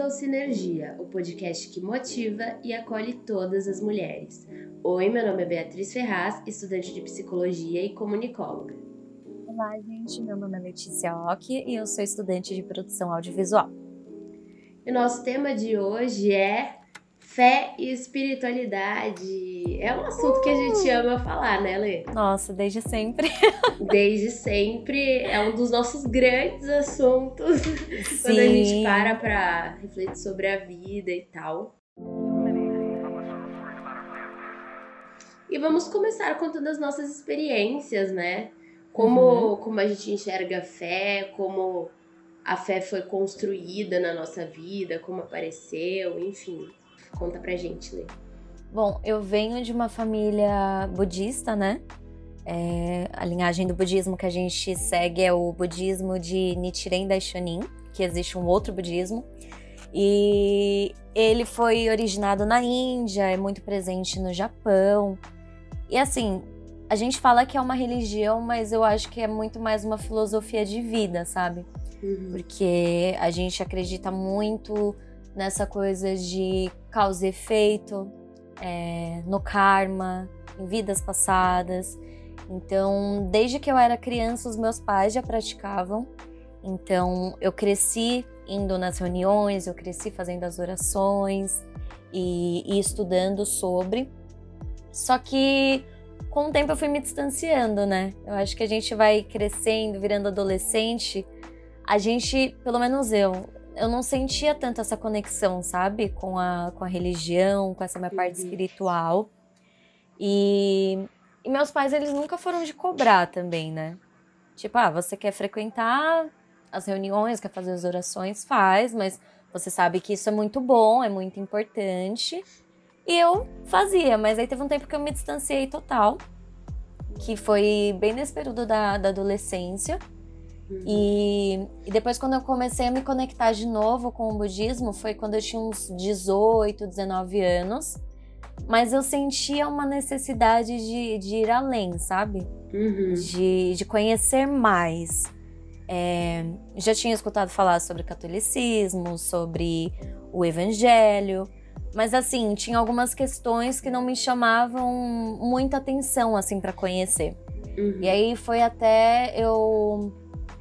ao Sinergia, o podcast que motiva e acolhe todas as mulheres. Oi, meu nome é Beatriz Ferraz, estudante de Psicologia e comunicóloga. Olá, gente, meu nome é Letícia Ock e eu sou estudante de Produção Audiovisual. E o nosso tema de hoje é fé e espiritualidade. É um assunto que a gente ama falar, né, Lê? Nossa, desde sempre. Desde sempre, é um dos nossos grandes assuntos. Sim. Quando a gente para pra refletir sobre a vida e tal. E vamos começar contando as nossas experiências, né? Como a gente enxerga a fé, como a fé foi construída na nossa vida, como apareceu, enfim. Conta pra gente, Lê. Bom, eu venho de uma família budista, né? A linhagem do budismo que a gente segue é o budismo de Nichiren Daishonin, que existe um outro budismo. E ele foi originado na Índia, é muito presente no Japão. E assim, a gente fala que é uma religião, mas eu acho que é muito mais uma filosofia de vida, sabe? Porque a gente acredita muito nessa coisa de causa e efeito, no karma, em vidas passadas. Então, desde que eu era criança, os meus pais já praticavam. Então, eu cresci indo nas reuniões, eu cresci fazendo as orações e estudando sobre. Só que com o tempo eu fui me distanciando, né? Eu acho que a gente vai crescendo, virando adolescente. A gente, pelo menos eu não sentia tanto essa conexão, sabe? Com a religião, com essa minha parte espiritual. E meus pais, eles nunca foram de cobrar também, né? Tipo, você quer frequentar as reuniões, quer fazer as orações, faz, mas você sabe que isso é muito bom, é muito importante. E eu fazia, mas aí teve um tempo que eu me distanciei total, que foi bem nesse período da adolescência. E depois, quando eu comecei a me conectar de novo com o budismo, foi quando eu tinha uns 18, 19 anos. Mas eu sentia uma necessidade de ir além, sabe? De conhecer mais. Já tinha escutado falar sobre catolicismo, sobre o evangelho. Mas assim, tinha algumas questões que não me chamavam muita atenção, assim, pra conhecer. E aí foi até eu...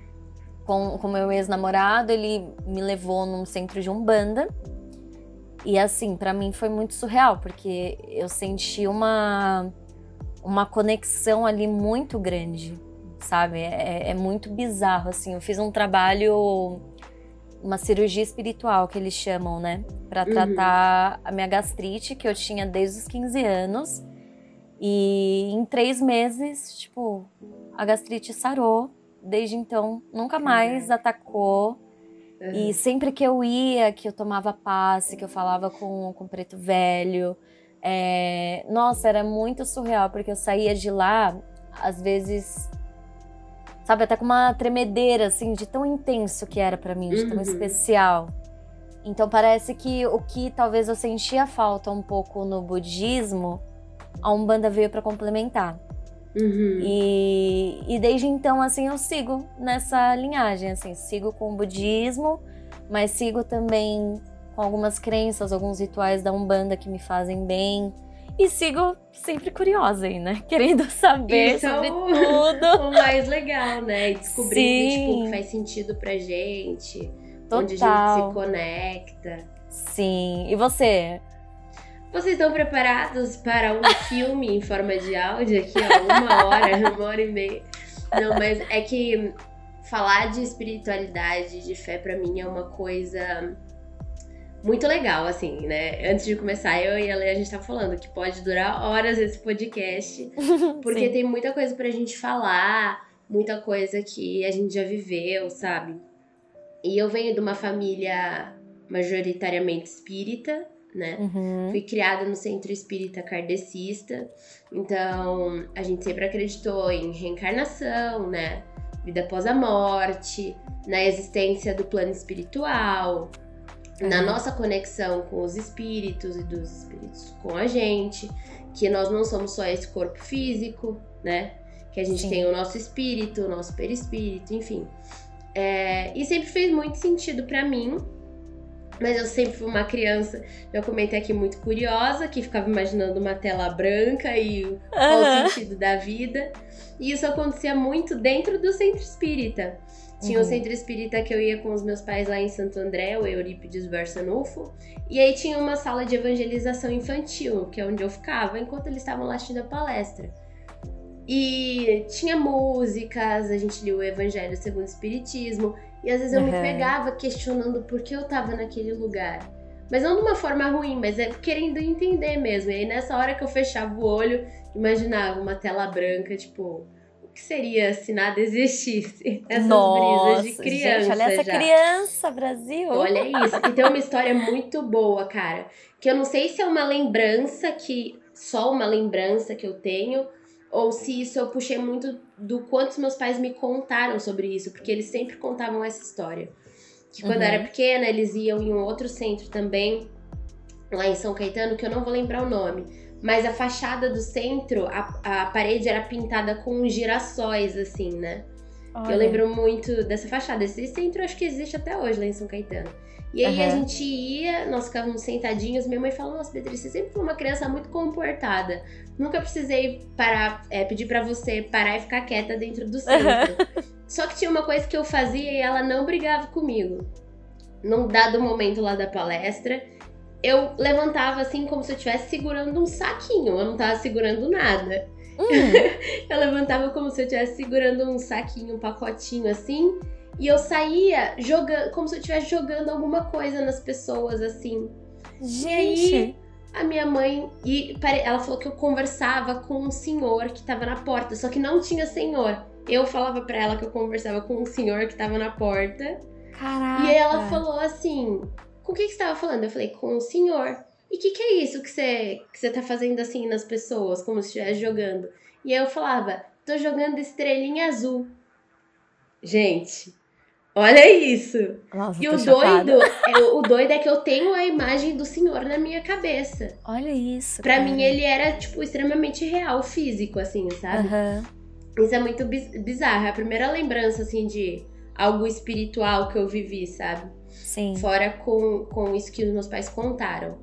Com meu ex-namorado, ele me levou num centro de Umbanda. E assim, pra mim foi muito surreal, porque eu senti uma conexão ali muito grande, sabe? É muito bizarro, assim. Eu fiz um trabalho, uma cirurgia espiritual, que eles chamam, né? Pra tratar a minha gastrite, que eu tinha desde os 15 anos. E em 3 meses, tipo, a gastrite sarou. Desde então, nunca mais atacou. E sempre que eu ia, que eu tomava passe, que eu falava com o preto velho, nossa, era muito surreal, porque eu saía de lá, às vezes, sabe, até com uma tremedeira, assim, de tão intenso que era pra mim, de tão especial. Então parece que o que talvez eu sentia falta um pouco no budismo, a Umbanda veio pra complementar. E desde então, assim, eu sigo nessa linhagem, assim, sigo com o budismo, mas sigo também com algumas crenças, alguns rituais da Umbanda que me fazem bem. E sigo sempre curiosa aí, né? Querendo saber Isso sobre é tudo. o mais legal, né? E descobrindo, tipo, o que faz sentido pra gente. Total. Onde a gente se conecta. Sim. E você? Vocês estão preparados para um filme em forma de áudio aqui, ó, 1 hora e meia? Não, mas é que falar de espiritualidade, de fé, pra mim é uma coisa muito legal, assim, né? Antes de começar, eu e a Lê, a gente tava falando que pode durar horas esse podcast, porque tem muita coisa pra gente falar, muita coisa que a gente já viveu, sabe? E eu venho de uma família majoritariamente espírita, né? Fui criada no centro espírita kardecista, então a gente sempre acreditou em reencarnação, né? Vida após a morte, na existência do plano espiritual, na nossa conexão com os espíritos e dos espíritos com a gente, que nós não somos só esse corpo físico, né? Que a gente tem o nosso espírito, o nosso perispírito, enfim. E sempre fez muito sentido pra mim Mas eu sempre fui uma criança, já comentei aqui, muito curiosa, que ficava imaginando uma tela branca e qual o sentido da vida. E isso acontecia muito dentro do centro espírita. Tinha um centro espírita que eu ia com os meus pais lá em Santo André, o Eurípides Barçanufo. E aí tinha uma sala de evangelização infantil, que é onde eu ficava, enquanto eles estavam lá assistindo a palestra. E tinha músicas, a gente lia o Evangelho segundo o Espiritismo. E às vezes eu me pegava questionando por que eu tava naquele lugar. Mas não de uma forma ruim, mas querendo entender mesmo. E aí nessa hora que eu fechava o olho, imaginava uma tela branca, tipo, o que seria se nada existisse? Essas brisas de criança. Gente, olha essa criança, Brasil! Olha isso. E tem uma história muito boa, cara. Que eu não sei se é uma lembrança só uma lembrança que eu tenho, ou se isso eu puxei muito do quanto meus pais me contaram sobre isso, porque eles sempre contavam essa história. Que quando eu era pequena, eles iam em um outro centro também, lá em São Caetano, que eu não vou lembrar o nome, mas a fachada do centro, a parede era pintada com girassóis, assim, né? Olha. Eu lembro muito dessa fachada. Esse centro eu acho que existe até hoje lá em São Caetano. E aí a gente ia, nós ficávamos sentadinhos, minha mãe falou, nossa, Beatriz, você sempre foi uma criança muito comportada. Nunca precisei pedir pra você parar e ficar quieta dentro do centro. Só que tinha uma coisa que eu fazia e ela não brigava comigo. Num dado momento lá da palestra, eu levantava assim como se eu estivesse segurando um saquinho. Eu não tava segurando nada. Eu levantava como se eu estivesse segurando um saquinho, um pacotinho assim. E eu saía jogando, como se eu estivesse jogando alguma coisa nas pessoas, assim. Gente! E aí, a minha mãe... ela falou que eu conversava com um senhor que tava na porta, só que não tinha senhor. Eu falava pra ela que eu conversava com um senhor que tava na porta. Caraca! E aí ela falou assim, com o que você tava falando? Eu falei, com o senhor. E o que é isso que você tá fazendo assim nas pessoas, como se estivesse jogando? E aí eu falava, tô jogando estrelinha azul. Gente... Olha isso! Nossa, e o doido é que eu tenho a imagem do senhor na minha cabeça. Olha isso, Pra mim, ele era, tipo, extremamente real, físico, assim, sabe? Isso é muito bizarro. É a primeira lembrança, assim, de algo espiritual que eu vivi, sabe? Sim. Fora com isso que os meus pais contaram.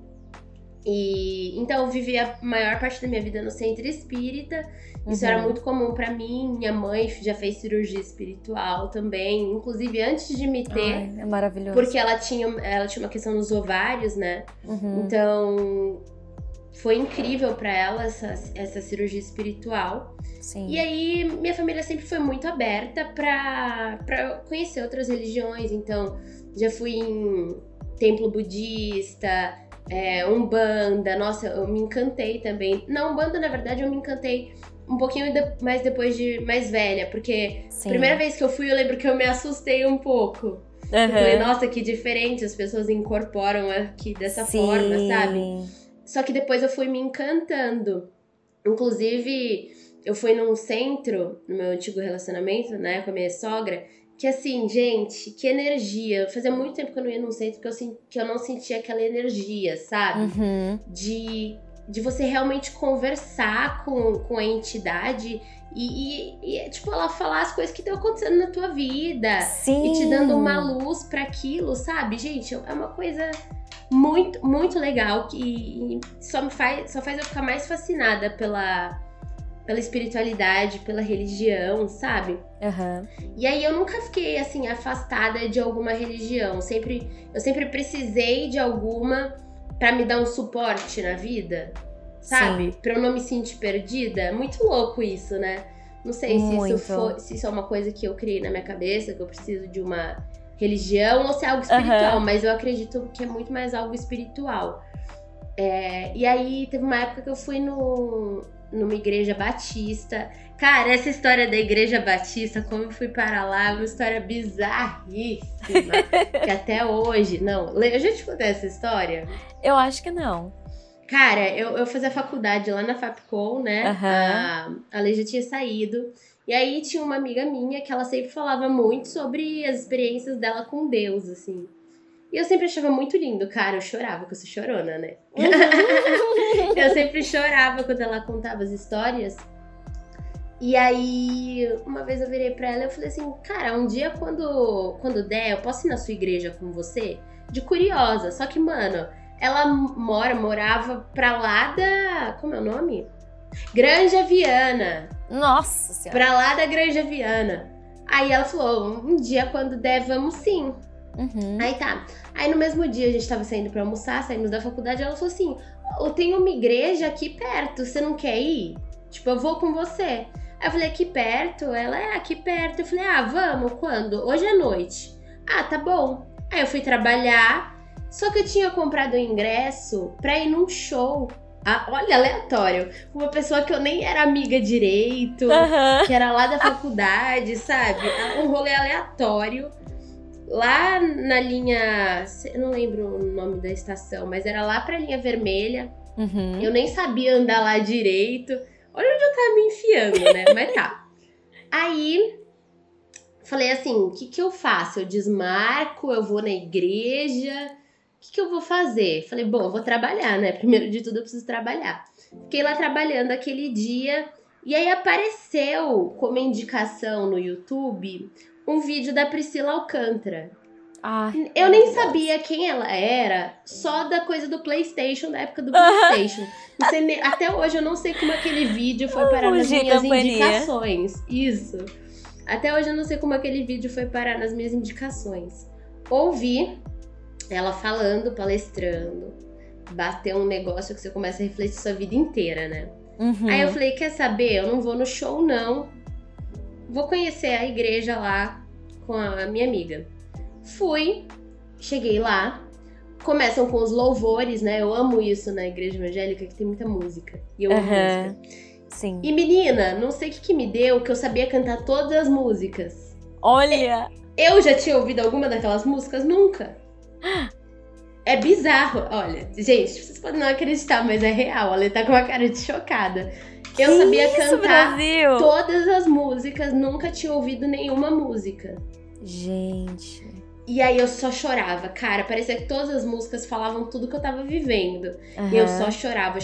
E então eu vivi a maior parte da minha vida no centro espírita. Isso era muito comum pra mim. Minha mãe já fez cirurgia espiritual também, inclusive antes de me ter. Ai, é maravilhoso. Porque ela tinha uma questão nos ovários, né? Então foi incrível pra ela essa cirurgia espiritual. Sim. E aí minha família sempre foi muito aberta pra conhecer outras religiões. Então já fui em templo budista, Umbanda. Nossa, eu me encantei também. Na Umbanda, na verdade, eu me encantei um pouquinho mais depois de mais velha, porque a primeira vez que eu fui, eu lembro que eu me assustei um pouco. Eu falei, nossa, que diferente, as pessoas incorporam aqui dessa forma, sabe? Só que depois eu fui me encantando. Inclusive, eu fui num centro, no meu antigo relacionamento, né, com a minha sogra, que assim, gente, que energia. Fazia muito tempo que eu não ia num centro que eu não sentia aquela energia, sabe? De você realmente conversar com a entidade e tipo, ela falar as coisas que estão acontecendo na tua vida. Sim. E te dando uma luz para aquilo, sabe? Gente, é uma coisa muito, muito legal que só faz eu ficar mais fascinada pela espiritualidade, pela religião, sabe? E aí eu nunca fiquei, assim, afastada de alguma religião. Eu sempre precisei de alguma pra me dar um suporte na vida, sabe? Sim. Pra eu não me sentir perdida. Muito louco isso, né? Não sei se isso é uma coisa que eu criei na minha cabeça, que eu preciso de uma religião, ou se é algo espiritual. Mas eu acredito que é muito mais algo espiritual. E aí teve uma época que eu fui numa igreja batista. Cara, essa história da igreja batista, como eu fui para lá, é uma história bizarríssima. Que até hoje... Não, eu já te contei essa história? Eu acho que não. Cara, eu fazia faculdade lá na Fapcom, né? A Lei já tinha saído. E aí tinha uma amiga minha que ela sempre falava muito sobre as experiências dela com Deus, assim. E eu sempre achava muito lindo. Cara, eu chorava, porque eu sou chorona, né? Eu sempre chorava quando ela contava as histórias. E aí, uma vez eu virei pra ela e eu falei assim, cara, um dia quando der, eu posso ir na sua igreja com você? De curiosa. Só que, mano, ela morava pra lá da... Como é o nome? Granja Viana. Nossa Senhora. Pra lá da Granja Viana. Aí ela falou, um dia quando der, vamos sim. Aí tá. Aí no mesmo dia a gente tava saindo pra almoçar, saímos da faculdade, ela falou assim, eu tenho uma igreja aqui perto, você não quer ir? Tipo, eu vou com você. Aí eu falei, aqui perto? Ela, aqui perto. Eu falei, vamos, quando? Hoje à noite. Tá bom. Aí eu fui trabalhar, só que eu tinha comprado o ingresso pra ir num show. Olha, aleatório. Uma pessoa que eu nem era amiga direito, que era lá da faculdade, sabe? Um rolê aleatório. Lá na linha... Eu não lembro o nome da estação, mas era lá pra linha vermelha. Eu nem sabia andar lá direito. Olha onde eu tava me enfiando, né? Mas tá. Aí, falei assim, o que eu faço? Eu desmarco, eu vou na igreja... O que eu vou fazer? Falei, bom, eu vou trabalhar, né? Primeiro de tudo, eu preciso trabalhar. Fiquei lá trabalhando aquele dia. E aí apareceu como indicação no YouTube um vídeo da Priscila Alcântara. Eu nem sabia quem ela era, só da coisa do PlayStation, da época do PlayStation. Não sei, até hoje eu não sei como aquele vídeo foi parar nas minhas indicações. Isso. Até hoje eu não sei como aquele vídeo foi parar nas minhas indicações. Ouvi ela falando, palestrando, bateu um negócio que você começa a refletir sua vida inteira, né? Aí eu falei, quer saber? Eu não vou no show, não. Vou conhecer a igreja lá com a minha amiga. Fui, cheguei lá, começam com os louvores, né? Eu amo isso na igreja evangélica, que tem muita música. E eu amo música. Sim. E menina, não sei o que me deu, que eu sabia cantar todas as músicas. Olha! Eu já tinha ouvido alguma daquelas músicas? Nunca. É bizarro. Olha, gente, vocês podem não acreditar, mas é real. Ela tá com uma cara de chocada. Eu sabia cantar todas as músicas, nunca tinha ouvido nenhuma música. Gente. E aí eu só chorava, cara. Parecia que todas as músicas falavam tudo que eu tava vivendo. E eu só chorava.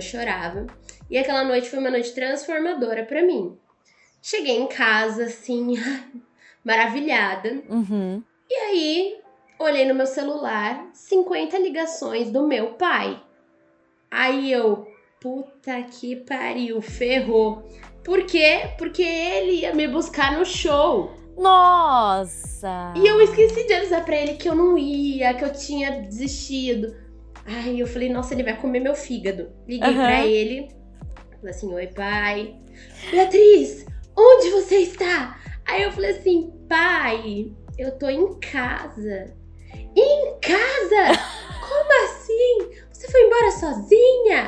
E aquela noite foi uma noite transformadora pra mim. Cheguei em casa, assim, maravilhada. E aí, olhei no meu celular, 50 ligações do meu pai. Aí eu, puta que pariu, ferrou. Por quê? Porque ele ia me buscar no show. Nossa! E eu esqueci de avisar pra ele que eu não ia, que eu tinha desistido. Aí eu falei, nossa, ele vai comer meu fígado. Liguei pra ele, falei assim, oi pai. Beatriz, onde você está? Aí eu falei assim, pai, eu tô em casa. Em casa? Como assim? Você foi embora sozinha?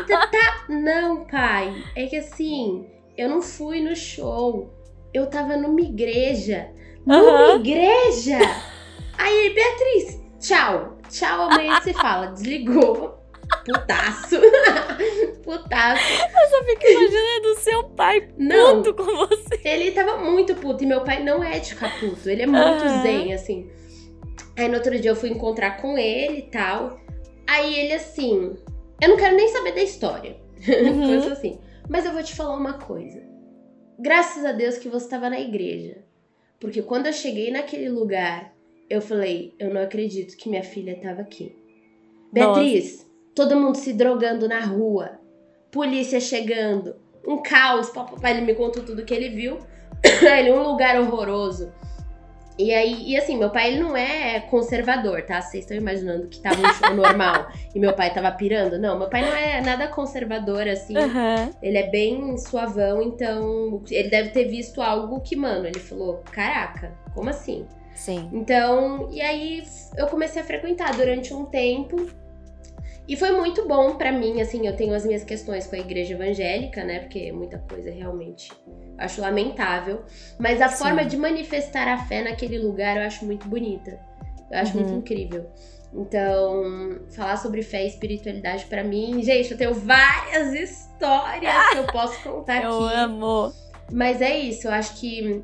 Não, pai, é que assim, eu não fui no show. Eu tava numa igreja. Numa igreja? Aí, Beatriz, tchau. Tchau, amanhã você fala. Desligou. Putaço. Putaço. Eu só fico imaginando o seu pai puto com você. Ele tava muito puto. E meu pai não é de ficar puto. Ele é muito zen, assim. Aí no outro dia eu fui encontrar com ele e tal. Aí ele assim... Eu não quero nem saber da história. Foi assim. Mas eu vou te falar uma coisa. Graças a Deus que você estava na igreja. Porque quando eu cheguei naquele lugar, eu falei, eu não acredito que minha filha estava aqui. Beatriz, todo mundo se drogando na rua. Polícia chegando. Um caos. Papai, ele me contou tudo que ele viu. Ele, um lugar horroroso. E aí, e assim, meu pai, ele não é conservador, tá? Vocês estão imaginando que tava um show normal e meu pai tava pirando? Não, meu pai não é nada conservador, assim. Ele é bem suavão, então ele deve ter visto algo que, mano, ele falou, caraca, como assim? Sim. Então, e aí eu comecei a frequentar durante um tempo. E foi muito bom pra mim, assim, eu tenho as minhas questões com a igreja evangélica, né? Porque muita coisa realmente eu acho lamentável. Mas a forma de manifestar a fé naquele lugar eu acho muito bonita. Eu acho muito incrível. Então, falar sobre fé e espiritualidade pra mim... Gente, eu tenho várias histórias que eu posso contar aqui. Eu amo! Mas é isso, eu acho que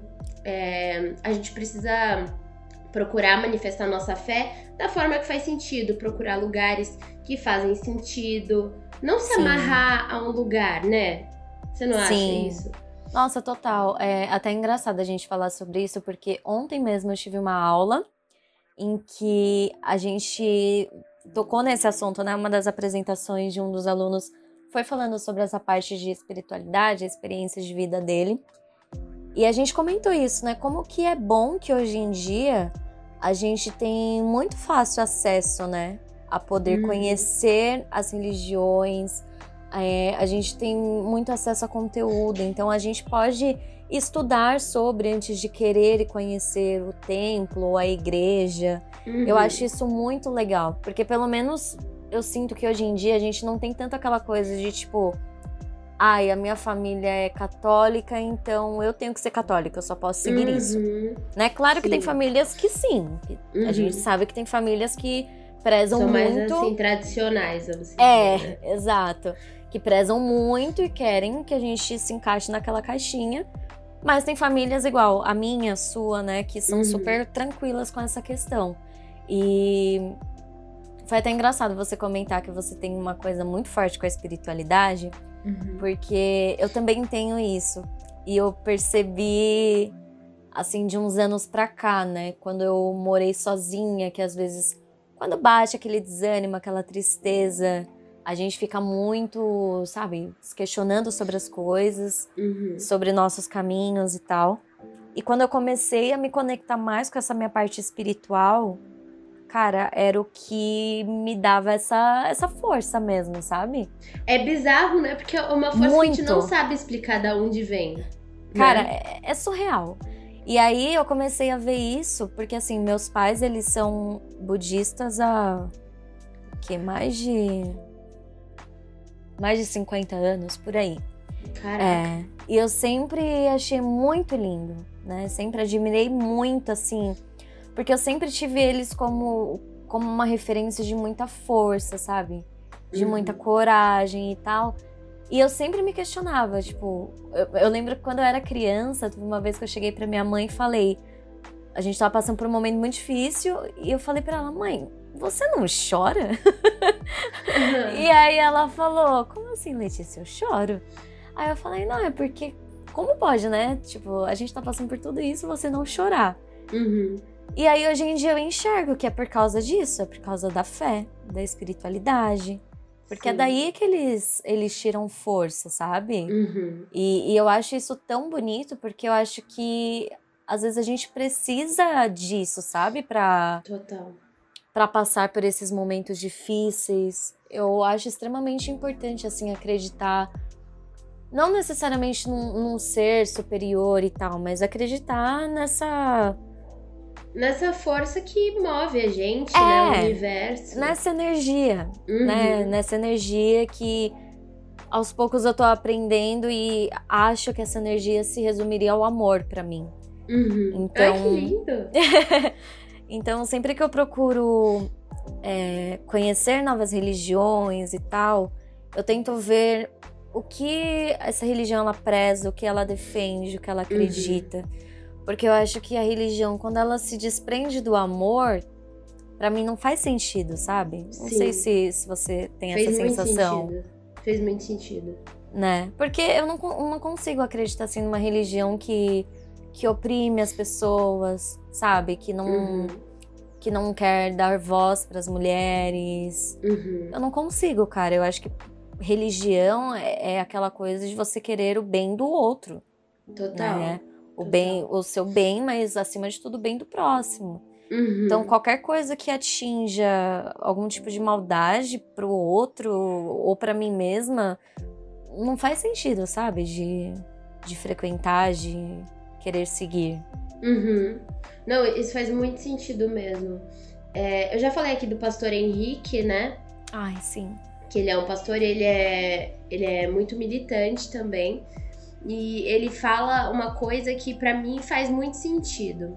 a gente precisa procurar manifestar nossa fé da forma que faz sentido. Procurar lugares que fazem sentido. Não se amarrar a um lugar, né? Você não acha isso? Nossa, total. É até engraçado a gente falar sobre isso, porque ontem mesmo eu tive uma aula em que a gente tocou nesse assunto, né? Uma das apresentações de um dos alunos foi falando sobre essa parte de espiritualidade, a experiência de vida dele. E a gente comentou isso, né? Como que é bom que hoje em dia a gente tem muito fácil acesso, né? A poder conhecer as religiões. A gente tem muito acesso a conteúdo, então a gente pode estudar sobre antes de querer e conhecer o templo ou a igreja. Eu acho isso muito legal, porque pelo menos eu sinto que hoje em dia a gente não tem tanto aquela coisa de tipo, ai, a minha família é católica, então eu tenho que ser católica, eu só posso seguir isso. Né? Claro que tem famílias que sim, a gente sabe que tem famílias que prezam São muito. mais assim, tradicionais, vamos dizer. Né? Exato. Que prezam muito e querem que a gente se encaixe naquela caixinha. Mas tem famílias igual a minha, a sua, né? Que são super tranquilas com essa questão. E foi até engraçado você comentar que você tem uma coisa muito forte com a espiritualidade. Porque eu também tenho isso. E eu percebi, assim, de uns anos pra cá, né? Quando eu morei sozinha, que às vezes, quando bate aquele desânimo, aquela tristeza, a gente fica muito, sabe, se questionando sobre as coisas, sobre nossos caminhos e tal. E quando eu comecei a me conectar mais com essa minha parte espiritual, cara, era o que me dava essa força mesmo, sabe? É bizarro, né? Porque é uma força que a gente não sabe explicar de onde vem. Cara, né? é surreal. E aí eu comecei a ver isso, porque assim, meus pais, eles são budistas há mais de 50 anos, por aí. Caraca. E eu sempre achei muito lindo, né? Sempre admirei muito, assim, porque eu sempre tive eles como uma referência de muita força, sabe? De muita coragem e tal. E eu sempre me questionava, tipo... Eu lembro que quando eu era criança, teve uma vez que eu cheguei pra minha mãe e falei... A gente tava passando por um momento muito difícil e eu falei pra ela, mãe, você não chora? E aí ela falou, como assim, Letícia, eu choro? Aí eu falei, não, é porque... Como pode, né? Tipo, a gente tá passando por tudo isso, você não chorar. E aí, hoje em dia, eu enxergo que é por causa disso, é por causa da fé, da espiritualidade. Porque é daí que eles tiram força, sabe? E eu acho isso tão bonito, porque eu acho que, às vezes, a gente precisa disso, sabe? Pra passar por esses momentos difíceis. Eu acho extremamente importante, assim, acreditar... Não necessariamente num ser superior e tal, mas acreditar nessa força que move a gente, né? O universo. Nessa energia, né? Nessa energia que aos poucos eu tô aprendendo e acho que essa energia se resumiria ao amor pra mim. Então, ai, que lindo! Então, sempre que eu procuro conhecer novas religiões e tal, eu tento ver o que essa religião ela preza, o que ela defende, o que ela acredita. Porque eu acho que a religião, quando ela se desprende do amor, pra mim não faz sentido, sabe? Não sei se você tem essa sensação. Fez muito sentido. Né? Porque eu não consigo acreditar assim numa religião que oprime as pessoas, sabe? Que não quer dar voz pras mulheres. Eu não consigo, cara. Eu acho que religião é aquela coisa de você querer o bem do outro. Total. Né? O seu bem, mas acima de tudo o bem do próximo. Então qualquer coisa que atinja algum tipo de maldade pro outro ou pra mim mesma, não faz sentido, sabe? De frequentar, de querer seguir. Não, isso faz muito sentido mesmo. Eu já falei aqui do pastor Henrique, né? Ai, sim. Que ele é um pastor, ele é muito militante também. E ele fala uma coisa que pra mim faz muito sentido.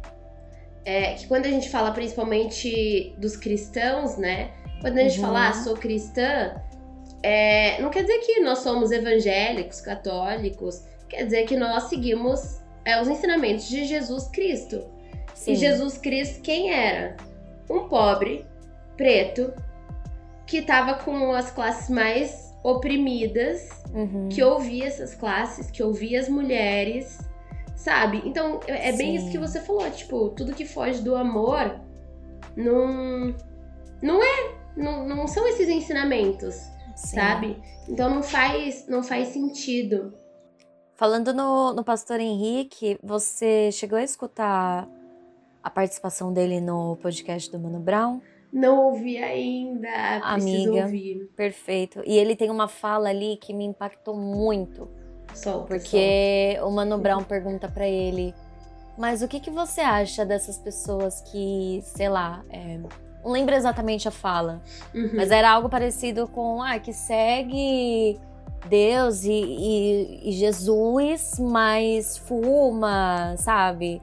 Que quando a gente fala principalmente dos cristãos, né? Quando a gente fala, sou cristã, não quer dizer que nós somos evangélicos, católicos. Quer dizer que nós seguimos os ensinamentos de Jesus Cristo. Sim. E Jesus Cristo quem era? Um pobre, preto, que estava com as classes mais oprimidas, que ouvia essas classes, que ouvia as mulheres, sabe? Então, é bem isso que você falou, tipo, tudo que foge do amor não são esses ensinamentos, sabe? Então não faz sentido. Falando no Pastor Henrique, você chegou a escutar a participação dele no podcast do Mano Brown? Não ouvi ainda, preciso ouvir. Perfeito. E ele tem uma fala ali que me impactou muito. Solta. O Mano Brown pergunta pra ele, mas o que você acha dessas pessoas que, sei lá, não lembro exatamente a fala, mas era algo parecido com, que segue Deus e Jesus, mas fuma, sabe?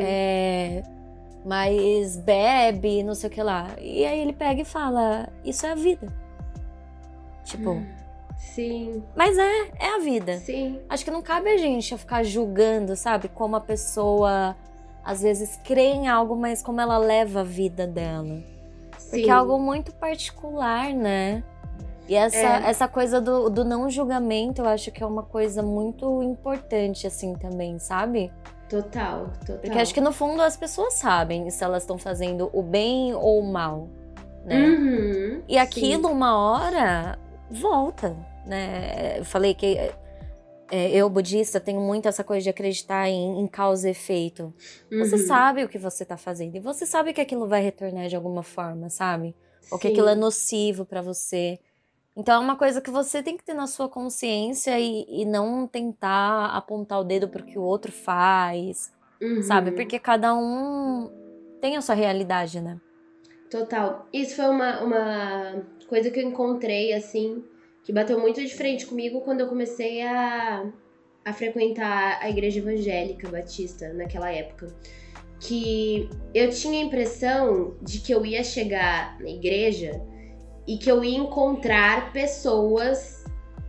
Mas bebe, não sei o que lá. E aí ele pega e fala, isso é a vida. Tipo... Sim. Mas é a vida. Sim. Acho que não cabe a gente ficar julgando, sabe? Como a pessoa, às vezes, crê em algo, mas como ela leva a vida dela. Sim. Porque é algo muito particular, né? E essa coisa do não julgamento, eu acho que é uma coisa muito importante, assim, também, sabe? Total. Porque acho que, no fundo, as pessoas sabem se elas estão fazendo o bem ou o mal, né? E aquilo, uma hora, volta, né? Eu falei que eu, budista, tenho muito essa coisa de acreditar em causa e efeito. Você sabe o que você tá fazendo. E você sabe que aquilo vai retornar de alguma forma, sabe? Ou que aquilo é nocivo pra você. Então é uma coisa que você tem que ter na sua consciência e não tentar apontar o dedo pro que o outro faz, sabe? Porque cada um tem a sua realidade, né? Total. Isso foi uma coisa que eu encontrei, assim, que bateu muito de frente comigo quando eu comecei a frequentar a igreja evangélica batista naquela época. Que eu tinha a impressão de que eu ia chegar na igreja e que eu ia encontrar pessoas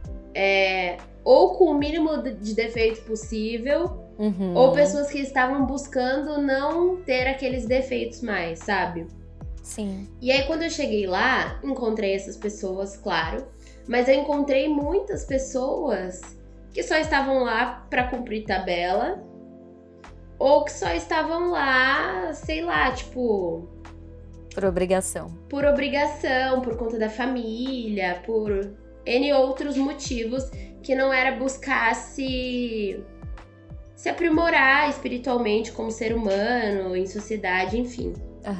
ou com o mínimo de defeito possível, ou pessoas que estavam buscando não ter aqueles defeitos mais, sabe? Sim. E aí, quando eu cheguei lá, encontrei essas pessoas, claro, mas eu encontrei muitas pessoas que só estavam lá pra cumprir tabela, ou que só estavam lá, sei lá, tipo... Por obrigação. Por obrigação, por conta da família, por N outros motivos, que não era buscar se aprimorar espiritualmente como ser humano, em sociedade, enfim.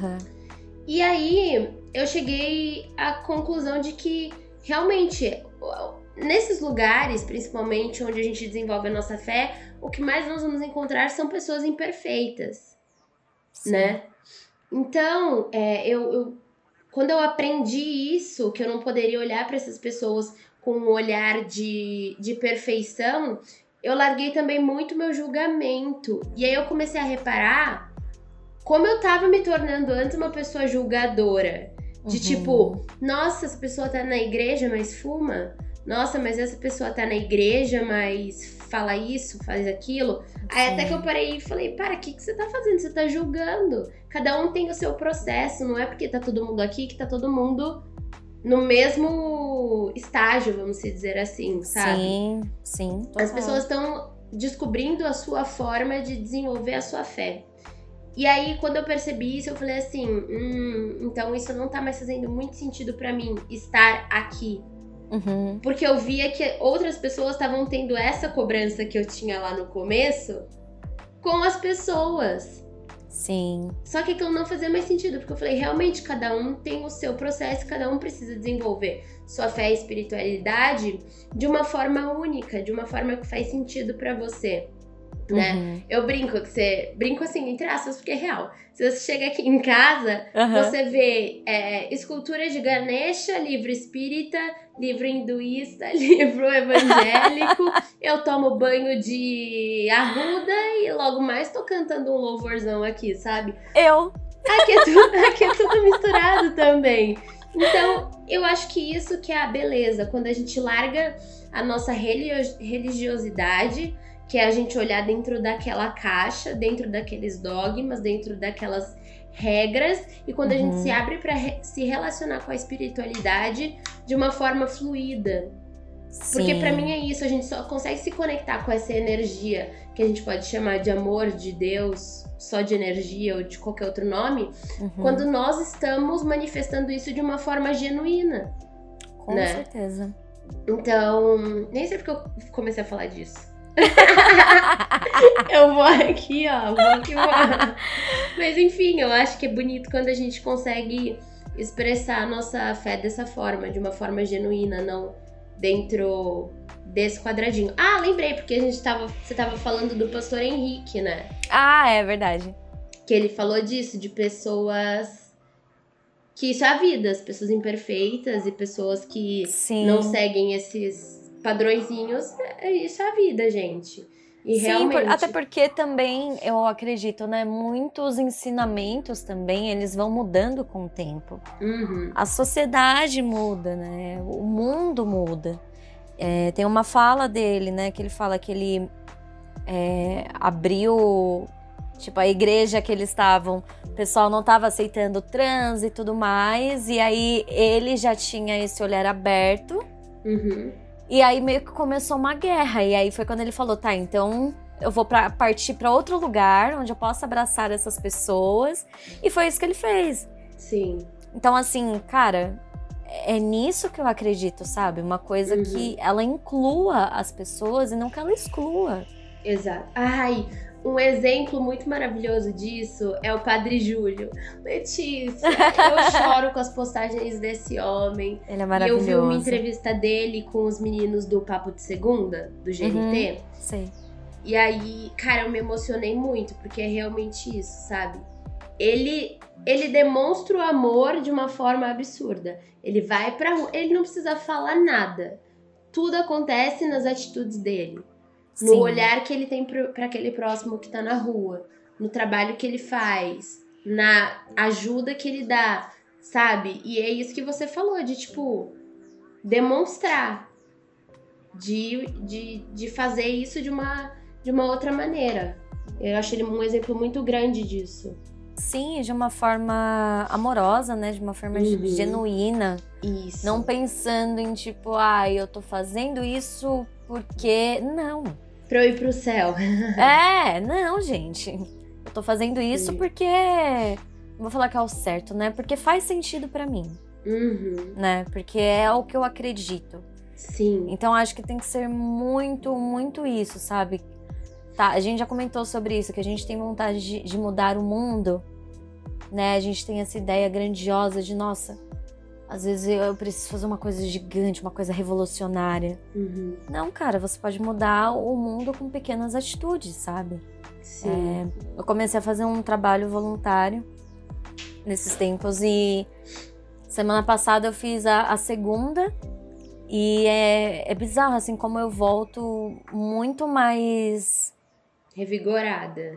E aí, eu cheguei à conclusão de que, realmente, nesses lugares, principalmente onde a gente desenvolve a nossa fé, o que mais nós vamos encontrar são pessoas imperfeitas, né? Então, quando eu aprendi isso, que eu não poderia olhar para essas pessoas com um olhar de perfeição, eu larguei também muito meu julgamento. E aí eu comecei a reparar como eu tava me tornando antes uma pessoa julgadora. De tipo, nossa, essa pessoa tá na igreja, mas fuma. Nossa, mas essa pessoa tá na igreja, mas fala isso, faz aquilo. Aí até que eu parei e falei, para, o que você tá fazendo? Você tá julgando. Cada um tem o seu processo, não é porque tá todo mundo aqui que tá todo mundo no mesmo estágio, vamos dizer assim, sabe? Sim. As pessoas estão descobrindo a sua forma de desenvolver a sua fé. E aí, quando eu percebi isso, eu falei assim, então isso não tá mais fazendo muito sentido pra mim, estar aqui. Porque eu via que outras pessoas estavam tendo essa cobrança que eu tinha lá no começo com as pessoas. Sim. Só que aquilo não fazia mais sentido, porque eu falei, realmente, cada um tem o seu processo, cada um precisa desenvolver sua fé e espiritualidade de uma forma única, de uma forma que faz sentido pra você. Né? Eu brinco assim, entre aspas, porque é real. Se você chega aqui em casa, você vê esculturas de Ganesha, livro espírita, livro hinduísta, livro evangélico. Eu tomo banho de arruda e logo mais tô cantando um louvorzão aqui, sabe? Aqui é tudo misturado também. Então, eu acho que isso que é a beleza, quando a gente larga a nossa religiosidade, que é a gente olhar dentro daquela caixa, dentro daqueles dogmas, dentro daquelas regras, e quando a gente se abre para se relacionar com a espiritualidade de uma forma fluida, Porque pra Sim. mim é isso, a gente só consegue se conectar com essa energia que a gente pode chamar de amor, de Deus, só de energia ou de qualquer outro nome, quando nós estamos manifestando isso de uma forma genuína. Com né? certeza. Então, nem sei porque eu comecei a falar disso. Eu vou aqui, ó, vou aqui, vou. Mas enfim, eu acho que é bonito quando a gente consegue expressar a nossa fé dessa forma, de uma forma genuína, não dentro desse quadradinho. Ah, lembrei, porque você tava falando do pastor Henrique, né? Ah, é verdade. Que ele falou disso, de pessoas que isso é a vida, as pessoas imperfeitas e pessoas que Sim. não seguem esses padrõezinhos, isso é a vida, gente. E Sim, realmente... até porque também, eu acredito, né, muitos ensinamentos também, eles vão mudando com o tempo. A sociedade muda, né, o mundo muda. Tem uma fala dele, né, que ele fala que ele abriu, tipo, a igreja que eles estavam, o pessoal não estava aceitando trans e tudo mais, e aí ele já tinha esse olhar aberto. E aí meio que começou uma guerra. E aí foi quando ele falou, tá, então eu vou partir pra outro lugar onde eu possa abraçar essas pessoas. E foi isso que ele fez. Sim. Então, assim, cara, é nisso que eu acredito, sabe? Uma coisa que ela inclua as pessoas e não que ela exclua. Exato. Ai, um exemplo muito maravilhoso disso é o Padre Júlio. Letícia, eu choro com as postagens desse homem. Ele é maravilhoso. E eu vi uma entrevista dele com os meninos do Papo de Segunda, do GNT. Sei. E aí, cara, eu me emocionei muito, porque é realmente isso, sabe? Ele demonstra o amor de uma forma absurda. Ele vai pra rua, ele não precisa falar nada. Tudo acontece nas atitudes dele. No Sim. olhar que ele tem pra aquele próximo que tá na rua. No trabalho que ele faz. Na ajuda que ele dá, sabe? E é isso que você falou, de tipo, demonstrar. De fazer isso de uma outra maneira. Eu acho ele um exemplo muito grande disso. Sim, de uma forma amorosa, né? De uma forma genuína. Isso. Não pensando em tipo, eu tô fazendo isso porque... Não. Pra eu ir pro céu. Não, gente. Eu tô fazendo isso porque... Não vou falar que é o certo, né? Porque faz sentido pra mim. Né? Porque é o que eu acredito. Sim. Então acho que tem que ser muito, muito isso, sabe? Tá, a gente já comentou sobre isso, que a gente tem vontade de mudar o mundo, né? A gente tem essa ideia grandiosa de, nossa, às vezes eu preciso fazer uma coisa gigante, uma coisa revolucionária. Não, cara, você pode mudar o mundo com pequenas atitudes, sabe? Sim. Eu comecei a fazer um trabalho voluntário nesses tempos e semana passada eu fiz a segunda. E é bizarro, assim, como eu volto muito mais... Revigorada.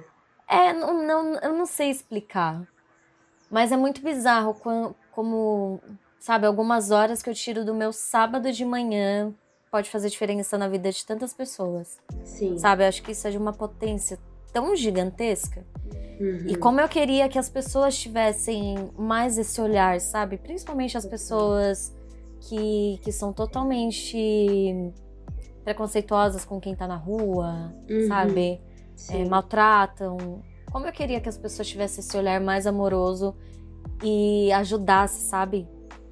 Eu não sei explicar. Mas é muito bizarro como, sabe, algumas horas que eu tiro do meu sábado de manhã pode fazer diferença na vida de tantas pessoas. Sim. Sabe, eu acho que isso é de uma potência tão gigantesca. E como eu queria que as pessoas tivessem mais esse olhar, sabe? Principalmente as pessoas... Que são totalmente preconceituosas com quem tá na rua, sabe? Maltratam. Como eu queria que as pessoas tivessem esse olhar mais amoroso e ajudasse, sabe?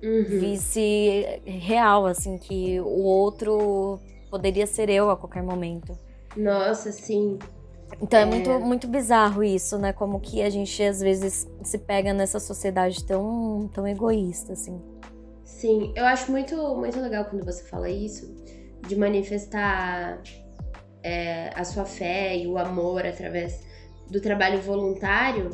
Visse real, assim, que o outro poderia ser eu a qualquer momento. Nossa, sim. Então é muito, muito bizarro isso, né? Como que a gente às vezes se pega nessa sociedade tão, tão egoísta, assim. Sim, eu acho muito, muito legal quando você fala isso, de manifestar a sua fé e o amor através do trabalho voluntário.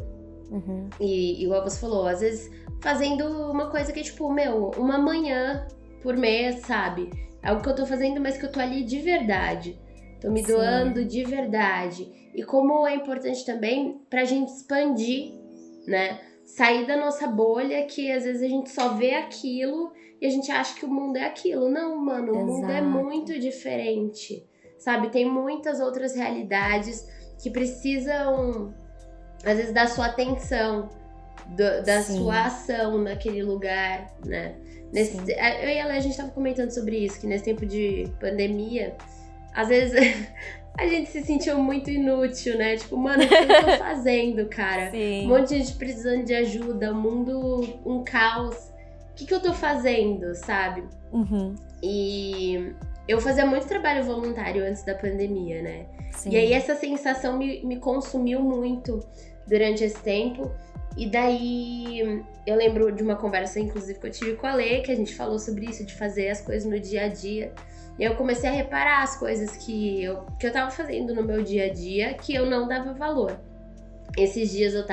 E igual você falou, às vezes fazendo uma coisa que é tipo, uma manhã por mês, sabe? Algo que eu tô fazendo, mas que eu tô ali de verdade. Tô me doando de verdade. E como é importante também pra gente expandir, né? Sair da nossa bolha, que às vezes a gente só vê aquilo e a gente acha que o mundo é aquilo. Não, mano, o mundo é muito diferente, sabe? Tem muitas outras realidades que precisam, às vezes, da sua atenção, da sua ação naquele lugar, né? Sim. Eu e ela, a gente tava comentando sobre isso, que nesse tempo de pandemia, às vezes a gente se sentiu muito inútil, né? Tipo, mano, o que eu tô fazendo, cara? Sim. Um monte de gente precisando de ajuda, o mundo um caos. O que eu tô fazendo, sabe? Uhum. E eu fazia muito trabalho voluntário antes da pandemia, né? Sim. E aí essa sensação me consumiu muito durante esse tempo. E daí eu lembro de uma conversa, inclusive, que eu tive com a Lê, que a gente falou sobre isso, de fazer as coisas no dia a dia. E eu comecei a reparar as coisas que eu tava fazendo no meu dia a dia, que eu não dava valor. Esses dias eu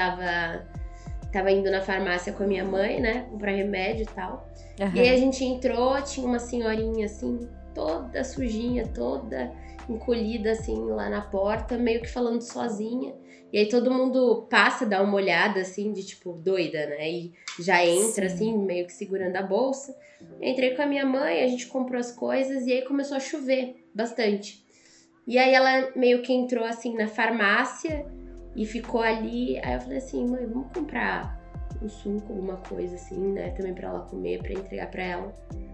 tava indo na farmácia com a minha mãe, né, comprar remédio e tal. Uhum. E aí a gente entrou, tinha uma senhorinha assim, toda sujinha, toda encolhida assim lá na porta, meio que falando sozinha. E aí todo mundo passa, dá uma olhada assim, de tipo, doida, né? E já entra assim, meio que segurando a bolsa. Entrei com a minha mãe, a gente comprou as coisas e aí começou a chover bastante. E aí ela meio que entrou assim na farmácia e ficou ali. Aí eu falei assim, mãe, vamos comprar um suco, alguma coisa assim, né? Também pra ela comer, pra entregar pra ela.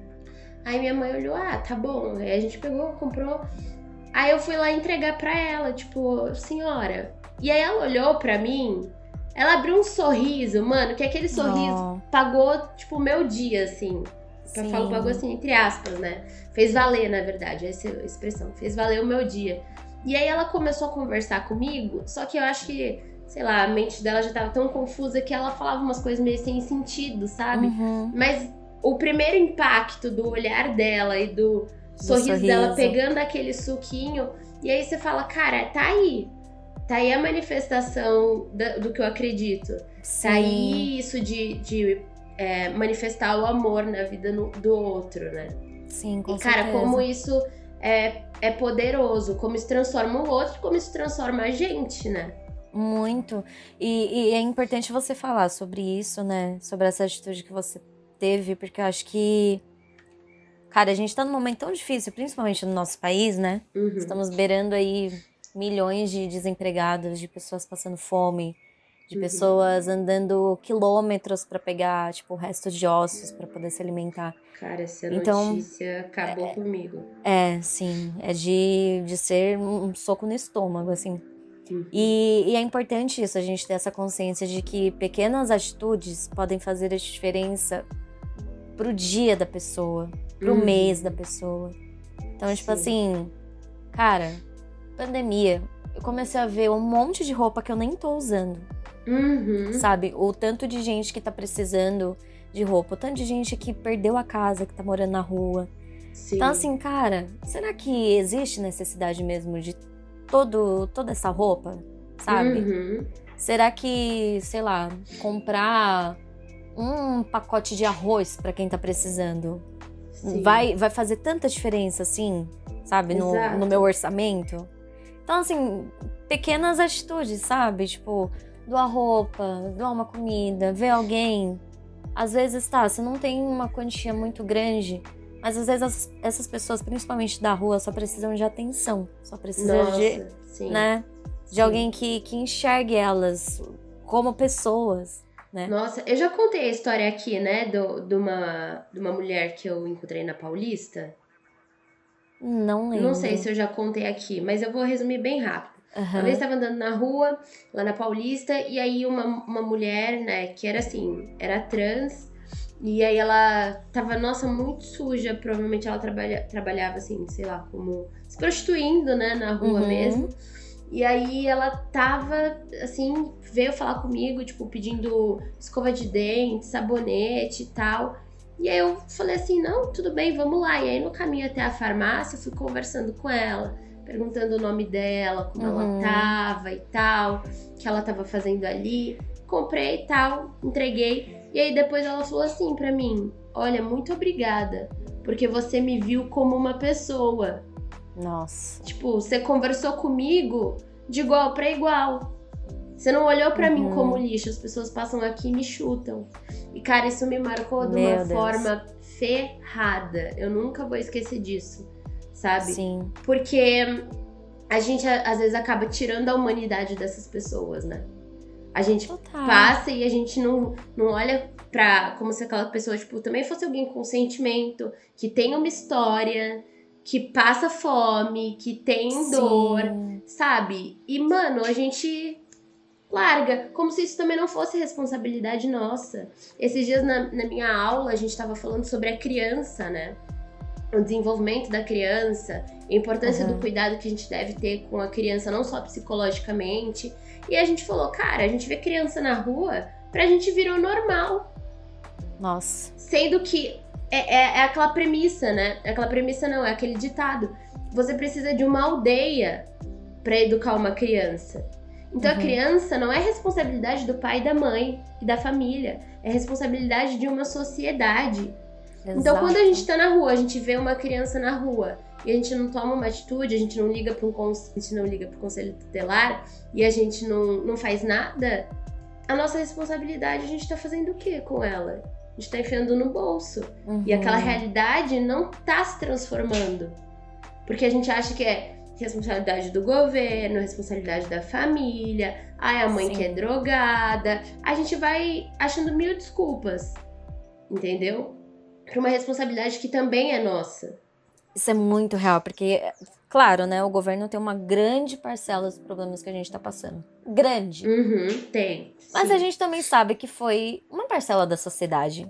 Aí minha mãe olhou, tá bom. Aí a gente pegou, comprou. Aí eu fui lá entregar pra ela, tipo, senhora. E aí ela olhou pra mim, ela abriu um sorriso, mano, que aquele sorriso pagou, tipo, o meu dia, assim. Eu falo pagou assim, entre aspas, né? Fez valer, na verdade, essa é a expressão. Fez valer o meu dia. E aí ela começou a conversar comigo, só que eu acho que, sei lá, a mente dela já tava tão confusa que ela falava umas coisas meio sem sentido, sabe? Uhum. Mas o primeiro impacto do olhar dela e do sorriso dela pegando aquele suquinho, e aí você fala, cara, tá aí a manifestação do que eu acredito. Sim. Tá aí isso de manifestar o amor na vida do outro, né? Sim, com certeza. E cara, como isso é poderoso, como isso transforma o outro, como isso transforma a gente, né? Muito. E é importante você falar sobre isso, né? Sobre essa atitude que você teve, porque eu acho que, cara, a gente tá num momento tão difícil, principalmente no nosso país, né? Uhum. Estamos beirando aí milhões de desempregados, de pessoas passando fome, de pessoas andando quilômetros pra pegar, tipo, restos de ossos pra poder se alimentar. Cara, essa Então, notícia acabou comigo. Sim. É de ser um soco no estômago, assim. Uhum. E é importante isso, a gente ter essa consciência de que pequenas atitudes podem fazer a diferença pro dia da pessoa, pro mês da pessoa. Então, tipo assim, cara, pandemia, eu comecei a ver um monte de roupa que eu nem tô usando. Sabe? O tanto de gente que tá precisando de roupa, o tanto de gente que perdeu a casa, que tá morando na rua. Sim. Então, assim, cara, será que existe necessidade mesmo de toda essa roupa, sabe? Será que, sei lá, comprar um pacote de arroz pra quem tá precisando vai fazer tanta diferença, assim, sabe? No meu orçamento? Então, assim, pequenas atitudes, sabe? Tipo, doar roupa, doar uma comida, ver alguém. Às vezes, você não tem uma quantia muito grande, mas às vezes essas pessoas, principalmente da rua, só precisam de atenção. Só precisam de alguém que enxergue elas como pessoas, né? Nossa, eu já contei a história aqui, né, de uma mulher que eu encontrei na Paulista. Não lembro. Não sei se eu já contei aqui, mas eu vou resumir bem rápido. Uma vez estava andando na rua, lá na Paulista, e aí uma mulher, né, que era assim, era trans, e aí ela tava, nossa, muito suja, provavelmente ela trabalhava assim, sei lá, como se prostituindo, né, na rua mesmo. E aí ela tava, assim, veio falar comigo, tipo, pedindo escova de dente, sabonete e tal. E aí eu falei assim, não, tudo bem, vamos lá. E aí no caminho até a farmácia, eu fui conversando com ela, perguntando o nome dela, como ela tava e tal, o que ela tava fazendo ali. Comprei e tal, entreguei. E aí depois ela falou assim pra mim, olha, muito obrigada, porque você me viu como uma pessoa. Nossa. Tipo, você conversou comigo de igual pra igual. Você não olhou pra mim como lixo, as pessoas passam aqui e me chutam. E, cara, isso me marcou de uma forma ferrada. Eu nunca vou esquecer disso, sabe? Sim. Porque a gente, às vezes, acaba tirando a humanidade dessas pessoas, né? A gente passa e a gente não olha como se aquela pessoa, tipo, também fosse alguém com sentimento, que tem uma história, que passa fome, que tem dor, sabe? E, mano, a gente larga, como se isso também não fosse responsabilidade nossa. Esses dias na minha aula a gente tava falando sobre a criança, né? O desenvolvimento da criança, a importância do cuidado que a gente deve ter com a criança, não só psicologicamente. E a gente falou, cara, a gente vê criança na rua, pra gente virou normal. Nossa. Sendo que é aquela premissa, né? Aquela premissa não, é aquele ditado. Você precisa de uma aldeia pra educar uma criança. Então a criança não é responsabilidade do pai e da mãe e da família. É responsabilidade de uma sociedade. Exato. Então quando a gente tá na rua, a gente vê uma criança na rua e a gente não toma uma atitude, a gente não liga pro conselho tutelar e a gente não faz nada, a nossa responsabilidade, a gente tá fazendo o quê com ela? A gente tá enfiando no bolso. E aquela realidade não tá se transformando. Porque a gente acha que é responsabilidade do governo, responsabilidade da família, a mãe que é drogada. A gente vai achando mil desculpas, entendeu? Para uma responsabilidade que também é nossa. Isso é muito real, porque, claro, né, o governo tem uma grande parcela dos problemas que a gente tá passando. Grande. Tem. Mas a gente também sabe que foi uma parcela da sociedade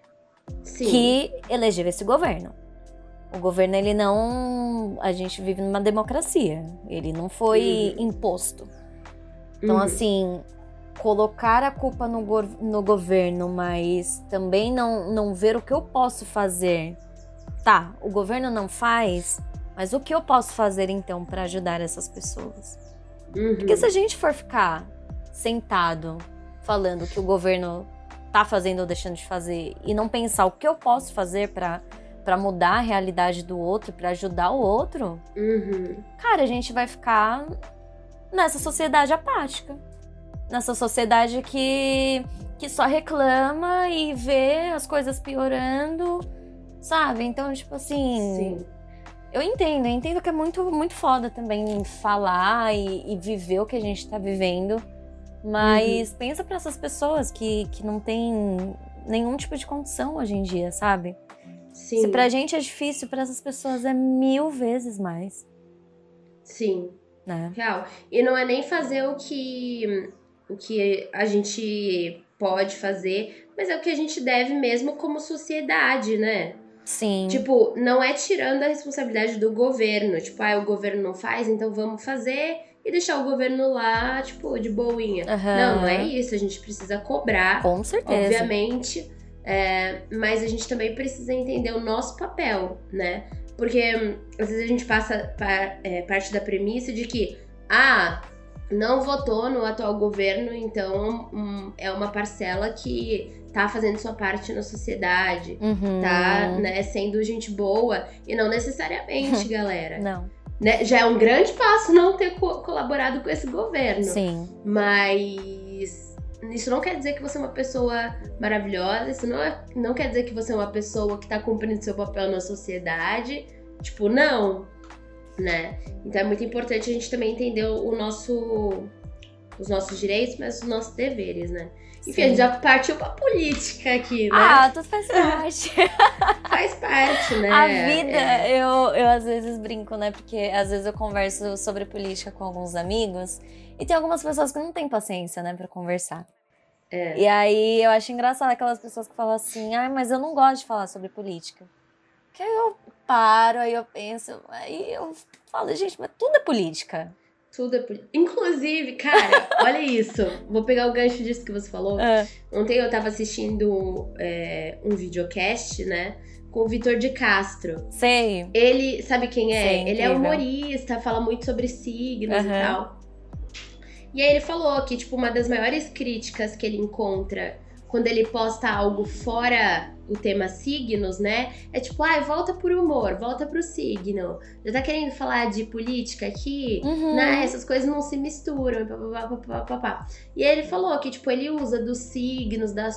que elegeu esse governo. O governo, ele não... A gente vive numa democracia. Ele não foi imposto. Então, assim, colocar a culpa no governo, mas também não ver o que eu posso fazer. Tá, o governo não faz, mas o que eu posso fazer, então, para ajudar essas pessoas? Porque se a gente for ficar sentado falando que o governo tá fazendo ou deixando de fazer e não pensar o que eu posso fazer para mudar a realidade do outro, para ajudar o outro, cara, a gente vai ficar nessa sociedade apática. Nessa sociedade que só reclama e vê as coisas piorando, sabe? Então, tipo assim... Eu entendo que é muito, muito foda também falar e viver o que a gente tá vivendo. Mas pensa pra essas pessoas que não tem nenhum tipo de condição hoje em dia, sabe? Sim. Se pra gente é difícil, pra essas pessoas é 1000 vezes mais. Sim. Né? Real. E não é nem fazer o que a gente pode fazer, mas é o que a gente deve mesmo como sociedade, né? Sim. Tipo, não é tirando a responsabilidade do governo. Tipo, o governo não faz, então vamos fazer e deixar o governo lá, tipo, de boinha. Não é isso. A gente precisa cobrar. Com certeza. Obviamente. Mas a gente também precisa entender o nosso papel, né? Porque às vezes a gente passa parte da premissa de que, não votou no atual governo, então é uma parcela que tá fazendo sua parte na sociedade, tá, né, sendo gente boa, e não necessariamente, galera. Não. Né? Já é um grande passo não ter colaborado com esse governo. Sim. Mas isso não quer dizer que você é uma pessoa maravilhosa, isso não quer dizer que você é uma pessoa que tá cumprindo seu papel na sociedade. Tipo, não, né? Então é muito importante a gente também entender os nossos direitos, mas os nossos deveres, né? Enfim, a gente já partiu pra política aqui, né? Tudo faz parte. Faz parte, né? A vida, eu às vezes brinco, né? Porque às vezes eu converso sobre política com alguns amigos e tem algumas pessoas que não têm paciência, né, pra conversar. E aí eu acho engraçado aquelas pessoas que falam assim, mas eu não gosto de falar sobre política. Que aí eu paro, aí eu penso, aí eu falo, gente, mas tudo é política. Tudo é política. Inclusive, cara, olha isso. Vou pegar o gancho disso que você falou. Ontem eu tava assistindo um videocast, né? Com o Vitor de Castro. Sei. Ele, sabe quem é? Sei, ele incrível. é humorista, fala muito sobre signos e tal. E aí ele falou que, tipo, uma das maiores críticas que ele encontra quando ele posta algo fora o tema signos, né? É tipo, volta pro humor, volta pro signo. Já tá querendo falar de política aqui? Né? Essas coisas não se misturam. Papapá. E aí ele falou que, tipo, ele usa dos signos, da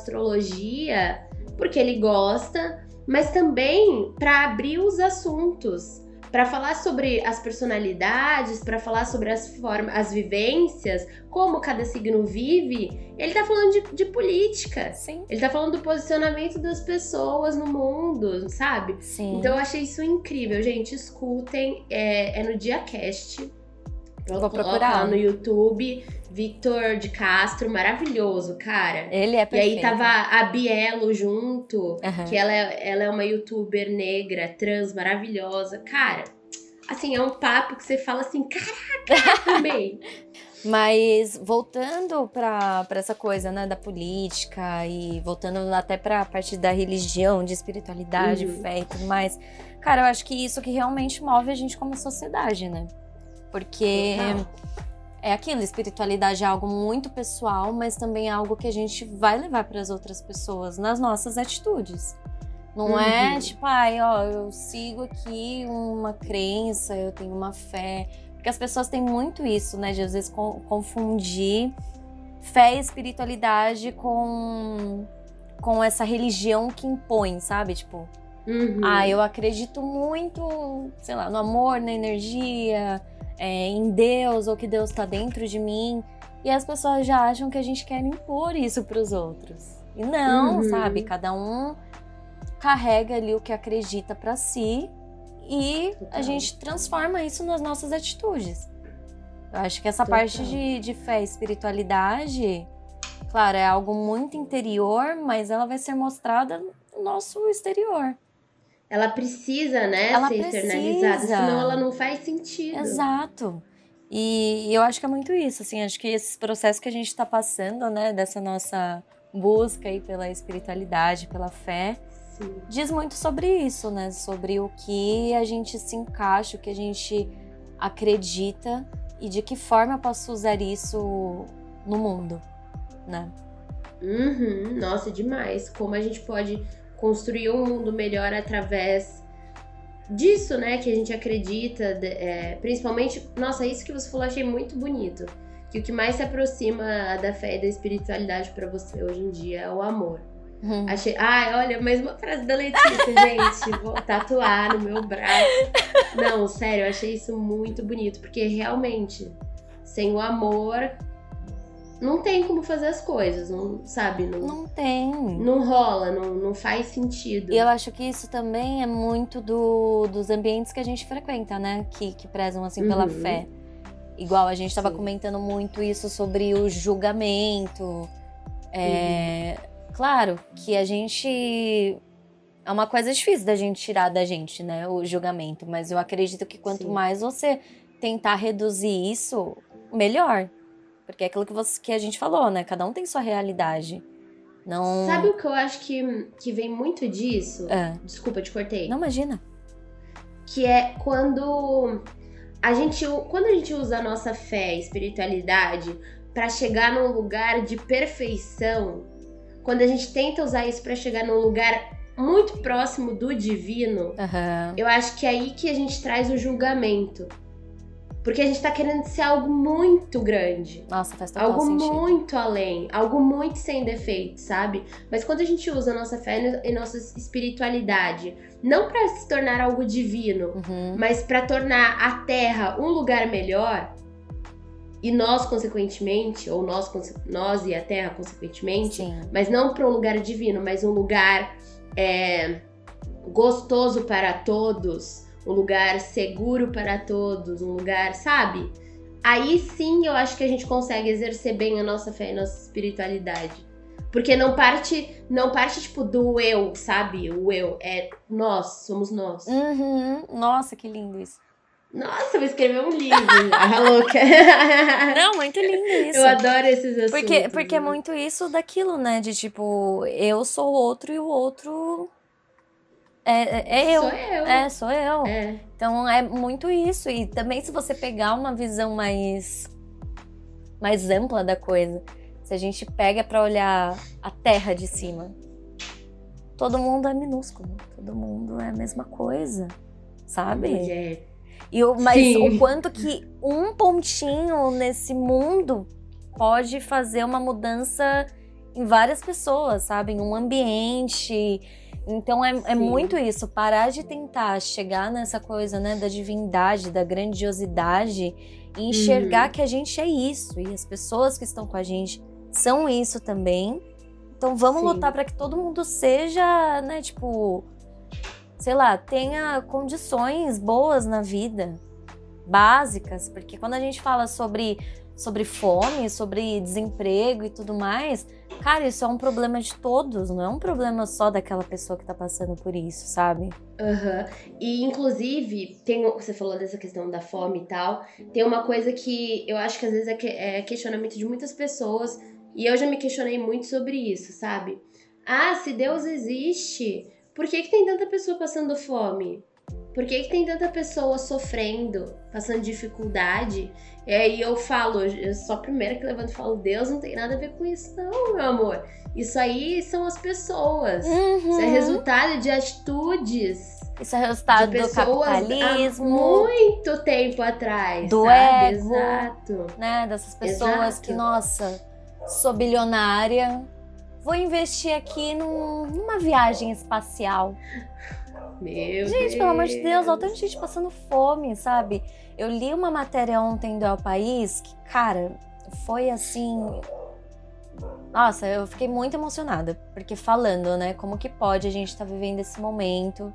astrologia, porque ele gosta, mas também pra abrir os assuntos. para falar sobre as personalidades, para falar sobre as formas, as vivências, como cada signo vive, ele tá falando de política. Sim. Ele tá falando do posicionamento das pessoas no mundo, sabe? Sim. Então eu achei isso incrível, gente. Escutem, é no DiaCast. Vou procurar lá no YouTube. Victor de Castro, maravilhoso, cara. Ele é perfeito. E aí tava a Bielo junto, Uhum. que ela é uma youtuber negra, trans, maravilhosa. Cara, assim, é um papo que você fala assim, caraca, amei. Mas voltando pra essa coisa, né, da política e voltando até pra parte da religião, de espiritualidade, fé e tudo mais, cara, eu acho que isso que realmente move a gente como sociedade, né? Porque é aquilo, espiritualidade é algo muito pessoal, mas também é algo que a gente vai levar para as outras pessoas nas nossas atitudes. Não é tipo, eu sigo aqui uma crença, eu tenho uma fé. Porque as pessoas têm muito isso, né? De às vezes confundir fé e espiritualidade com essa religião que impõe, sabe? Tipo, eu acredito muito, sei lá, no amor, na energia, em Deus, ou que Deus tá dentro de mim. E as pessoas já acham que a gente quer impor isso pros outros. E não, sabe? Cada um carrega ali o que acredita pra si e a gente transforma isso nas nossas atitudes. Eu acho que essa parte de fé e espiritualidade, claro, é algo muito interior, mas ela vai ser mostrada no nosso exterior. Ela precisa, né, ser externalizada, senão ela não faz sentido. Exato. E eu acho que é muito isso, assim, acho que esse processo que a gente tá passando, né, dessa nossa busca aí pela espiritualidade, pela fé, diz muito sobre isso, né, sobre o que a gente se encaixa, o que a gente acredita e de que forma eu posso usar isso no mundo, né? Nossa, demais. Como a gente pode construir um mundo melhor através disso, né, que a gente acredita, principalmente, nossa, isso que você falou, achei muito bonito, que o que mais se aproxima da fé e da espiritualidade pra você hoje em dia é o amor. Achei, olha, a mesma frase da Letícia, gente, vou tatuar no meu braço. Não, sério, eu achei isso muito bonito, porque realmente, sem o amor, não tem como fazer as coisas, não, sabe? Não tem. Não rola, não faz sentido. E eu acho que isso também é muito dos ambientes que a gente frequenta, né? Que prezam, assim, pela fé. Igual a gente tava comentando muito isso sobre o julgamento. Claro que a gente... É uma coisa difícil da gente tirar da gente, né? O julgamento. Mas eu acredito que quanto mais você tentar reduzir isso, melhor. Porque é aquilo que a gente falou, né? Cada um tem sua realidade. Não... Sabe o que eu acho que vem muito disso? Desculpa, te cortei. Não, imagina. Que é quando a gente usa a nossa fé e espiritualidade pra chegar num lugar de perfeição, quando a gente tenta usar isso pra chegar num lugar muito próximo do divino, eu acho que é aí que a gente traz o julgamento. Porque a gente tá querendo ser algo muito grande. Nossa, faz total algo sentido. Muito além. Algo muito sem defeito, sabe? Mas quando a gente usa a nossa fé e nossa espiritualidade, não pra se tornar algo divino, mas pra tornar a Terra um lugar melhor, e nós, consequentemente, ou nós e a Terra, consequentemente, mas não pra um lugar divino, mas um lugar gostoso para todos, um lugar seguro para todos, um lugar, sabe? Aí sim eu acho que a gente consegue exercer bem a nossa fé e a nossa espiritualidade. Porque não parte tipo do eu, sabe? O eu é nós, somos nós. Nossa, que lindo isso. Nossa, eu vou escrever um livro. Louca. Não, muito lindo isso. Eu adoro esses assuntos. Porque é muito isso daquilo, né? De tipo, eu sou o outro e o outro... É eu. Sou eu. Então é muito isso. E também se você pegar uma visão mais ampla da coisa, se a gente pega pra olhar a Terra de cima, todo mundo é minúsculo. Todo mundo é a mesma coisa, sabe? Mas o quanto que um pontinho nesse mundo pode fazer uma mudança em várias pessoas, sabe? Em um ambiente... Então é Sim. muito isso, parar de tentar chegar nessa coisa, né, da divindade, da grandiosidade e enxergar que a gente é isso e as pessoas que estão com a gente são isso também. Então vamos Sim. lutar para que todo mundo seja, né, tipo, sei lá, tenha condições boas na vida, básicas, porque quando a gente fala sobre fome, sobre desemprego e tudo mais, cara, isso é um problema de todos, não é um problema só daquela pessoa que tá passando por isso, sabe? E, inclusive, você falou dessa questão da fome e tal, tem uma coisa que eu acho que às vezes é questionamento de muitas pessoas, e eu já me questionei muito sobre isso, sabe? Se Deus existe, por que tem tanta pessoa passando fome? Por que tem tanta pessoa sofrendo, passando dificuldade? E aí eu falo, eu sou a primeira que levanto e falo, Deus não tem nada a ver com isso não, meu amor. Isso aí são as pessoas. Isso é resultado de atitudes. Isso é resultado do capitalismo. Há muito tempo atrás, do sabe? ego. Exato. Né? Dessas pessoas que, nossa, sou bilionária, vou investir aqui numa viagem espacial. Gente, pelo amor de Deus, olha o tanto de gente passando fome, sabe? Eu li uma matéria ontem do El País que, cara, foi assim... Nossa, eu fiquei muito emocionada, porque falando, né, como que pode a gente tá vivendo esse momento.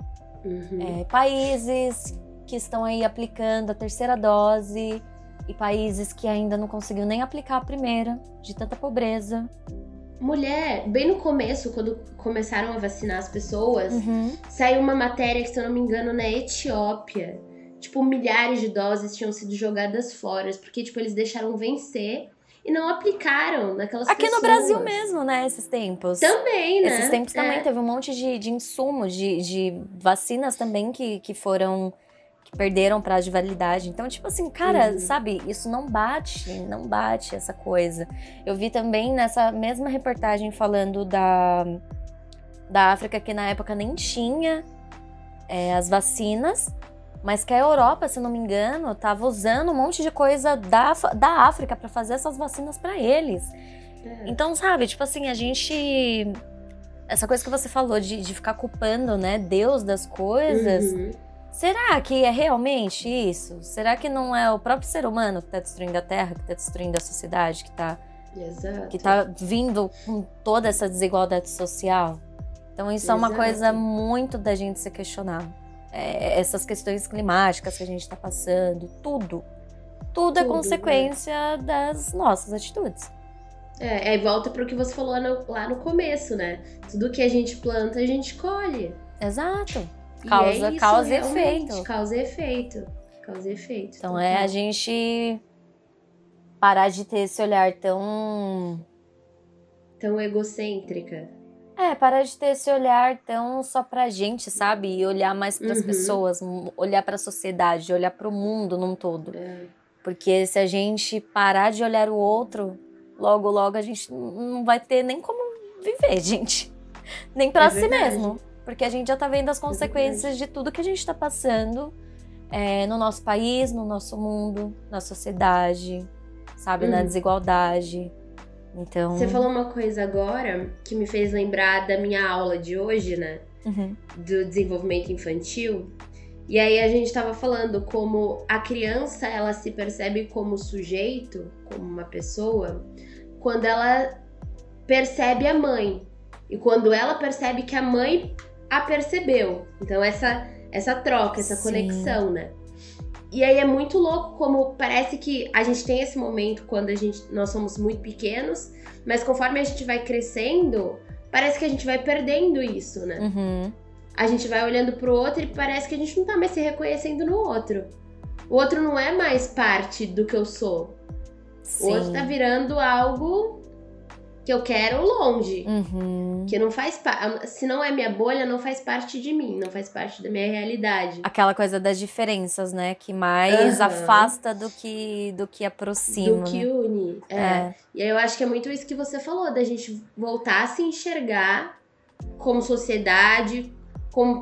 Países que estão aí aplicando a terceira dose e países que ainda não conseguiu nem aplicar a primeira, de tanta pobreza. Mulher, bem no começo, quando começaram a vacinar as pessoas, saiu uma matéria que, se eu não me engano, na Etiópia. Tipo, milhares de doses tinham sido jogadas fora, porque, tipo, eles deixaram vencer e não aplicaram naquelas pessoas. Aqui no Brasil mesmo, né, esses tempos. Também, né? Esses tempos também teve um monte de insumos, de vacinas também que perderam prazo de validade. Então, tipo assim, cara, sabe, isso não bate essa coisa. Eu vi também nessa mesma reportagem falando da África, que na época nem tinha as vacinas, mas que a Europa, se não me engano, tava usando um monte de coisa da África pra fazer essas vacinas pra eles. Então, sabe, tipo assim, a gente... Essa coisa que você falou de ficar culpando, né, Deus das coisas... Será que é realmente isso? Será que não é o próprio ser humano que tá destruindo a Terra, que tá destruindo a sociedade, que tá vindo com toda essa desigualdade social? Então isso é uma coisa muito da gente se questionar. Essas questões climáticas que a gente tá passando, tudo é consequência das nossas atitudes. Aí volta pro que você falou lá no começo, né? Tudo que a gente planta, a gente colhe. Exato. Causa e efeito. Causa e efeito. Então a gente parar de ter esse olhar tão egocêntrica. Parar de ter esse olhar tão só pra gente, sabe? E olhar mais pras pessoas, olhar pra sociedade, olhar pro mundo num todo. Porque se a gente parar de olhar o outro, logo a gente não vai ter nem como viver, gente. Nem pra si mesmo. Porque a gente já tá vendo as consequências de tudo que a gente tá passando no nosso país, no nosso mundo, na sociedade, sabe? Na desigualdade. Então... Você falou uma coisa agora que me fez lembrar da minha aula de hoje, né? Do desenvolvimento infantil. E aí a gente tava falando como a criança, ela se percebe como sujeito, como uma pessoa, quando ela percebe a mãe. E quando ela percebe que a mãe a percebeu. Então essa troca, essa conexão, né? E aí é muito louco como parece que a gente tem esse momento quando nós somos muito pequenos, mas conforme a gente vai crescendo, parece que a gente vai perdendo isso, né? A gente vai olhando pro outro e parece que a gente não tá mais se reconhecendo no outro. O outro não é mais parte do que eu sou. O outro tá virando algo que eu quero longe. Que não faz parte. Se não é minha bolha, não faz parte de mim, não faz parte da minha realidade. Aquela coisa das diferenças, né? Que mais afasta do que aproxima. Do que une. E aí eu acho que é muito isso que você falou, da gente voltar a se enxergar como sociedade, como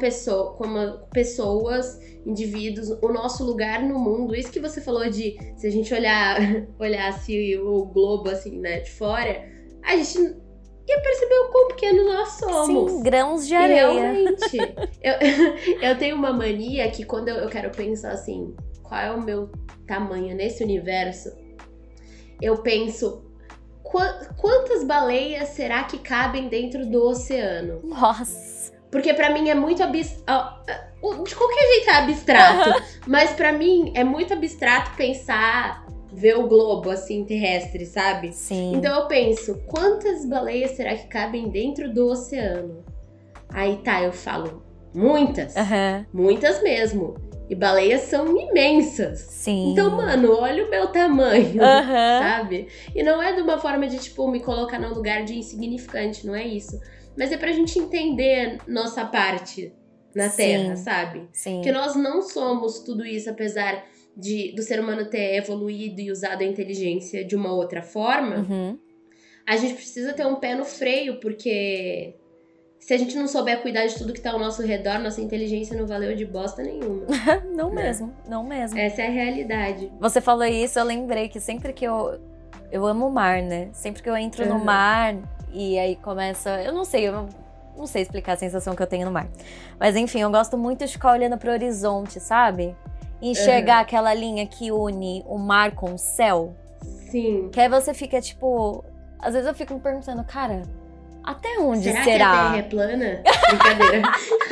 pessoas, indivíduos, o nosso lugar no mundo. Isso que você falou de, se a gente olhar assim o globo assim, né, de fora, a gente ia perceber o quão pequeno nós somos. Sim, grãos de E areia. realmente, eu tenho uma mania que quando eu quero pensar assim, qual é o meu tamanho nesse universo, eu penso, quantas baleias será que cabem dentro do oceano? Nossa. Porque pra mim é muito de qualquer jeito é abstrato, mas pra mim é muito abstrato pensar, ver o globo assim terrestre, sabe? Sim. Então eu penso, quantas baleias será que cabem dentro do oceano? Aí tá, eu falo, muitas. Muitas mesmo. E baleias são imensas. Sim. Então, mano, olha o meu tamanho, sabe? E não é de uma forma de, tipo, me colocar num lugar de insignificante, não é isso. Mas é pra gente entender nossa parte na Terra, sabe? Sim. Que nós não somos tudo isso, apesar do ser humano ter evoluído e usado a inteligência de uma outra forma. A gente precisa ter um pé no freio, porque se a gente não souber cuidar de tudo que tá ao nosso redor, nossa inteligência não valeu de bosta nenhuma. Não mesmo. Essa é a realidade. Você falou isso, eu lembrei que sempre que eu amo o mar, né? Sempre que eu entro no mar e aí começa... Eu não sei explicar a sensação que eu tenho no mar. Mas enfim, eu gosto muito de ficar olhando pro horizonte, sabe? Enxergar aquela linha que une o mar com o céu. Sim. Que aí você fica, tipo... Às vezes eu fico me perguntando, cara, até onde será? Que a Terra é plana? Brincadeira.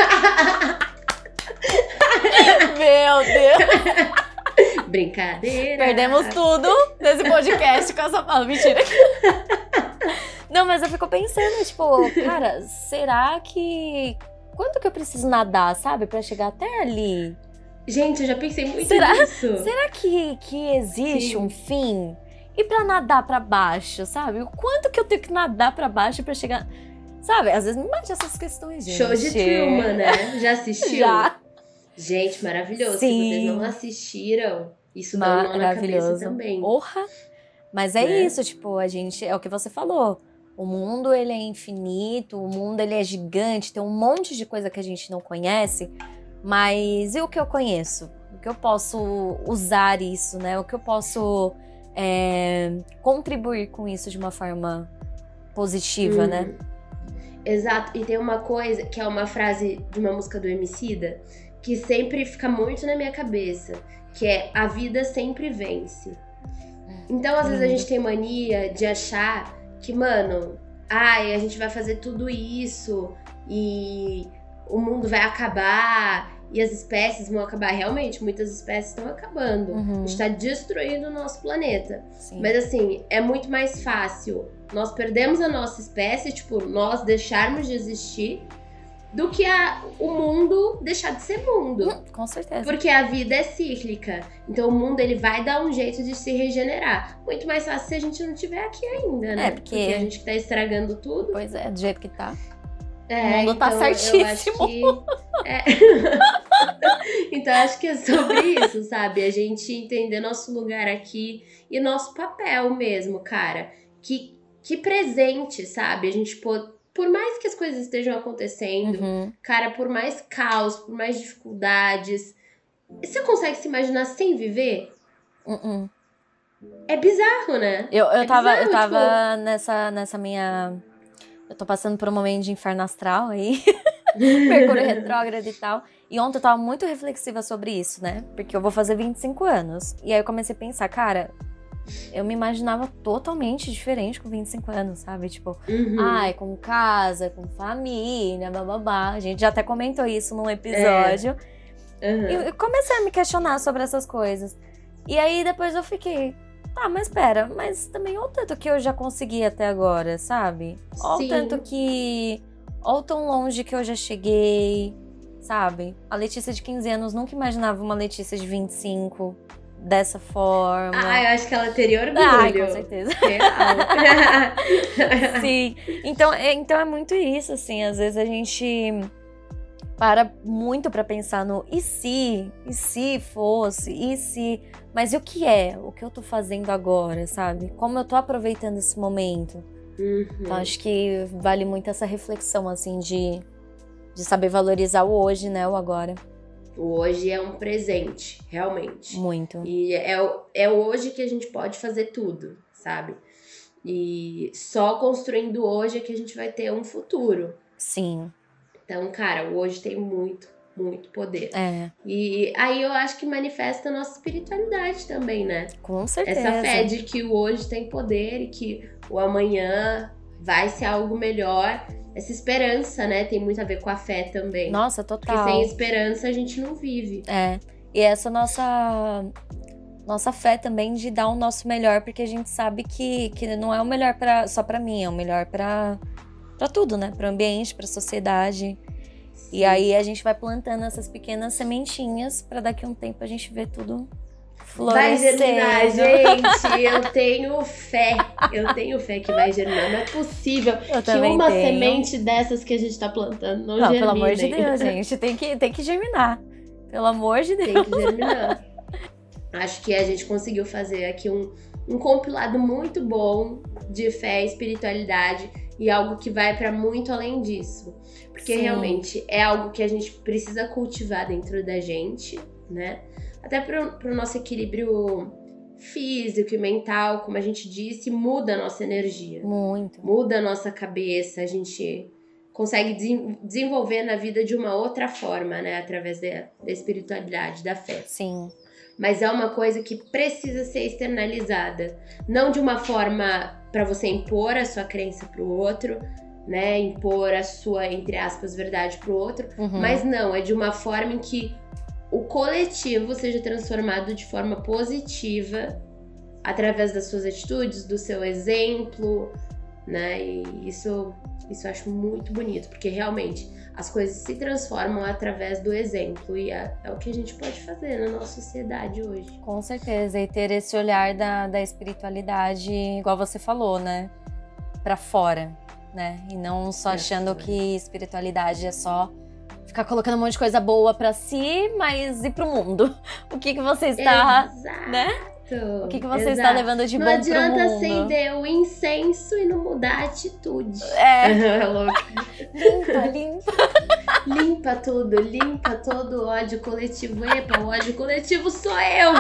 Meu Deus. Brincadeira. Perdemos tudo nesse podcast com essa fala. Mentira. Não, mas eu fico pensando, tipo, cara, será que... Quanto que eu preciso nadar, sabe? Pra chegar até ali? Gente, eu já pensei muito nisso. Será que existe um fim? E pra nadar pra baixo, sabe? O quanto que eu tenho que nadar pra baixo pra chegar... Sabe? Às vezes me bate essas questões, gente. Show de Truman, né? Já assistiu? Já. Gente, maravilhoso. Sim. Se vocês não assistiram, isso dá um nó na cabeça também. Porra! Mas é isso, tipo, a gente... É o que você falou. O mundo, ele é infinito, o mundo, ele é gigante, tem um monte de coisa que a gente não conhece, mas e o que eu conheço? O que eu posso usar isso, né? O que eu posso contribuir com isso de uma forma positiva, né? Exato, e tem uma coisa, que é uma frase de uma música do Emicida, que sempre fica muito na minha cabeça, que é: a vida sempre vence. Então, às vezes a gente tem mania de achar que, mano, a gente vai fazer tudo isso e o mundo vai acabar e as espécies vão acabar. Realmente, muitas espécies estão acabando. A gente tá destruindo o nosso planeta. Sim. Mas assim, é muito mais fácil nós perdemos a nossa espécie, tipo, nós deixarmos de existir, do que o mundo deixar de ser mundo. Com certeza. Porque a vida é cíclica. Então o mundo, ele vai dar um jeito de se regenerar. Muito mais fácil se a gente não estiver aqui ainda, né? Porque a gente que tá estragando tudo. Pois é, do jeito que tá. O mundo tá certíssimo. Então acho que é sobre isso, sabe? A gente entender nosso lugar aqui e nosso papel mesmo, cara. Que presente, sabe? A gente por mais que as coisas estejam acontecendo, cara, por mais caos, por mais dificuldades, você consegue se imaginar sem viver? É bizarro, né? Eu tava tipo... nessa minha... Eu tô passando por um momento de inferno astral aí. Mercúrio retrógrado e tal. E ontem eu tava muito reflexiva sobre isso, né? Porque eu vou fazer 25 anos. E aí eu comecei a pensar, cara... Eu me imaginava totalmente diferente com 25 anos, sabe? Tipo, com casa, com família, bababá. A gente já até comentou isso num episódio. E eu comecei a me questionar sobre essas coisas. E aí depois eu fiquei, tá, mas pera, mas também olha o tanto que eu já consegui até agora, sabe? Olha o tanto que... Olha o tão longe que eu já cheguei, sabe? A Letícia de 15 anos nunca imaginava uma Letícia de 25 dessa forma. Eu acho que ela teria orgulho. Com certeza. Sim. Então é muito isso, assim. Às vezes a gente para muito pra pensar no e se fosse, e se... Mas e o que é? O que eu tô fazendo agora, sabe? Como eu tô aproveitando esse momento? Então acho que vale muito essa reflexão, assim, de saber valorizar o hoje, né? O agora. O hoje é um presente, realmente. Muito. E é hoje que a gente pode fazer tudo, sabe? E só construindo hoje é que a gente vai ter um futuro. Sim. Então, cara, o hoje tem muito, muito poder. É. E aí eu acho que manifesta a nossa espiritualidade também, né? Com certeza. Essa fé de que o hoje tem poder e que o amanhã vai ser algo melhor. Essa esperança, né? Tem muito a ver com a fé também. Nossa, total. Porque sem esperança a gente não vive. E essa nossa fé também de dar o nosso melhor, porque a gente sabe que não é o melhor só pra mim, é o melhor pra tudo, né? Pro ambiente, pra sociedade. Sim. E aí a gente vai plantando essas pequenas sementinhas pra daqui a um tempo a gente ver tudo florescer. Vai germinar, gente. Eu tenho fé. Eu tenho fé que vai germinar. Não é possível que uma semente dessas que a gente tá plantando não germine. Pelo amor de Deus, gente. Tem que germinar. Pelo amor de Deus. Tem que germinar. Acho que a gente conseguiu fazer aqui um compilado muito bom de fé e espiritualidade e algo que vai para muito além disso. Porque realmente é algo que a gente precisa cultivar dentro da gente, né? Até pro nosso equilíbrio físico e mental, como a gente disse, muda a nossa energia. Muito. Muda a nossa cabeça, a gente consegue desenvolver na vida de uma outra forma, né? Através da espiritualidade, da fé. Sim. Mas é uma coisa que precisa ser externalizada. Não de uma forma para você impor a sua crença pro outro, né? Impor a sua, entre aspas, verdade pro outro. Mas não, é de uma forma em que o coletivo seja transformado de forma positiva através das suas atitudes, do seu exemplo, né? E isso eu acho muito bonito, porque realmente as coisas se transformam através do exemplo e é o que a gente pode fazer na nossa sociedade hoje. Com certeza, e ter esse olhar da espiritualidade, igual você falou, né? Pra fora, né? E não só achando que espiritualidade é só ficar colocando um monte de coisa boa pra si, mas e pro mundo? O que você está, né? O que você está levando de bom pro mundo? Não adianta acender o incenso e não mudar a atitude. É louco. Limpa. Limpa tudo, limpa todo o ódio coletivo. Epa, o ódio coletivo sou eu.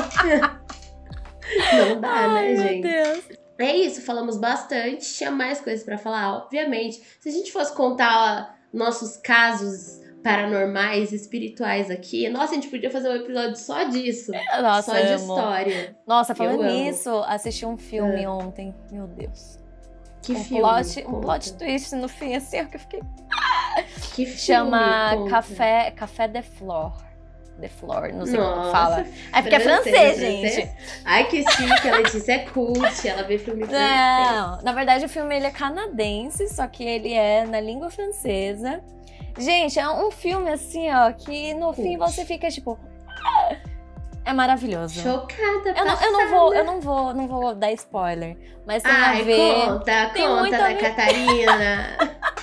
Não dá, né, gente? Meu Deus. É isso, falamos bastante. Tinha mais coisas pra falar, obviamente. Se a gente fosse contar nossos casos paranormais, espirituais aqui. Nossa, a gente podia fazer um episódio só disso. Nossa, só de história. Nossa, falando nisso, assisti um filme ontem. Meu Deus. Que filme? Um plot twist no fim, assim, que eu fiquei... Que filme? Chama Café de Flor. De Flor, não sei como fala. É porque é francês, gente. Ai, que chique, a Letícia é cult, ela vê filme francês. Não, na verdade o filme ele é canadense, só que ele é na língua francesa. Gente, é um filme assim, ó, que no fim você fica tipo... É maravilhoso. Chocada, eu não vou dar spoiler, mas tem a ver... Conta da Catarina.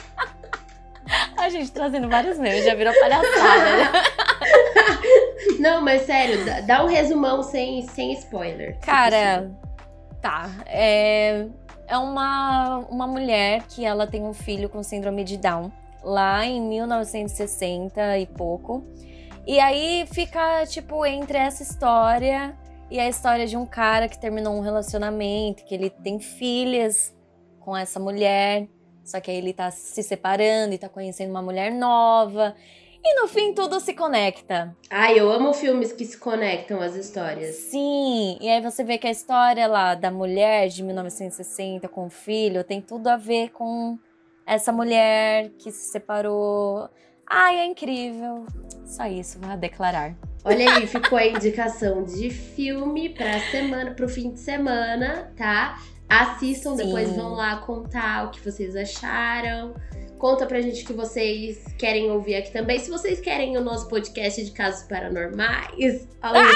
A gente trazendo vários memes, já virou palhaçada, né? Não, mas sério, dá um resumão sem spoiler. Cara, tá. É uma mulher que ela tem um filho com síndrome de Down, lá em 1960 e pouco. E aí fica, tipo, entre essa história e a história de um cara que terminou um relacionamento, que ele tem filhas com essa mulher, só que aí ele tá se separando e tá conhecendo uma mulher nova. E no fim tudo se conecta. Ai, eu amo filmes que se conectam às histórias. Sim, e aí você vê que a história lá da mulher de 1960 com o filho tem tudo a ver com essa mulher que se separou. Ai, é incrível. Só isso, vou declarar. Olha aí, ficou a indicação de filme pro fim de semana, tá? Assistam, sim. Depois vão lá contar o que vocês acharam. Conta pra gente o que vocês querem ouvir aqui também. Se vocês querem o nosso podcast de casos paranormais.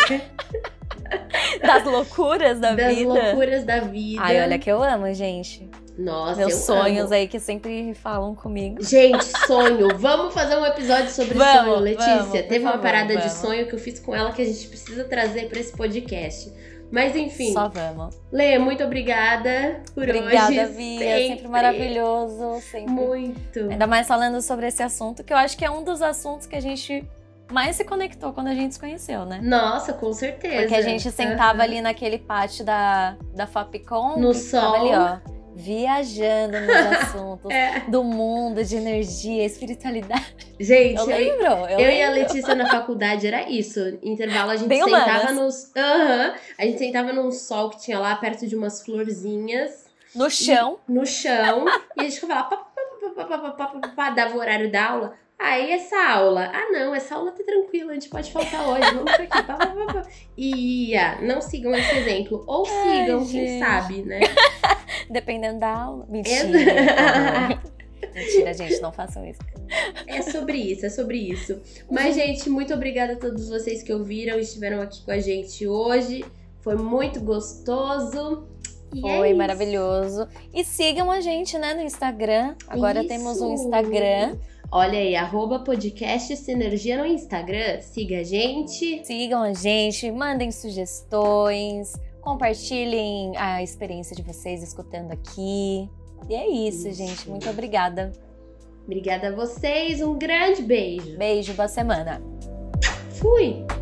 Das loucuras da vida. Das loucuras da vida. Ai, olha que eu amo, gente. Nossa, meus sonhos aí que sempre falam comigo. Gente, sonho. Vamos fazer um episódio sobre sonho, Letícia. Teve uma parada de sonho que eu fiz com ela que a gente precisa trazer pra esse podcast. Mas enfim. Só vamos. Lê, muito obrigada por hoje. Obrigada, Bia. Sempre maravilhoso. Sempre. Muito. Ainda mais falando sobre esse assunto, que eu acho que é um dos assuntos que a gente mais se conectou quando a gente se conheceu, né? Nossa, com certeza. Porque a gente sentava ali naquele pátio da Fapcom. No sol. Ali, ó. viajando nos assuntos do mundo, de energia, espiritualidade. Gente, eu lembro. Eu e a Letícia na faculdade era isso. Em intervalo a gente Bem sentava humanas. A gente sentava num sol que tinha lá perto de umas florzinhas. No chão. No chão. E a gente ficava lá, dava o horário da aula. Aí essa aula, não, essa aula tá tranquila, a gente pode faltar hoje, vamos pra aqui, E ia, não sigam esse exemplo, ou sigam, quem sabe, né? Dependendo da aula. Mentira, Mentira, gente, não façam isso. É sobre isso. Mas, gente, muito obrigada a todos vocês que ouviram e estiveram aqui com a gente hoje. Foi muito gostoso. Foi maravilhoso. E sigam a gente, né, no Instagram. Agora temos um Instagram. Olha aí, @podcast Sinergia no Instagram. Siga a gente. Sigam a gente, mandem sugestões, compartilhem a experiência de vocês escutando aqui. E é isso, gente. Muito obrigada. Obrigada a vocês. Um grande beijo. Beijo, boa semana. Fui!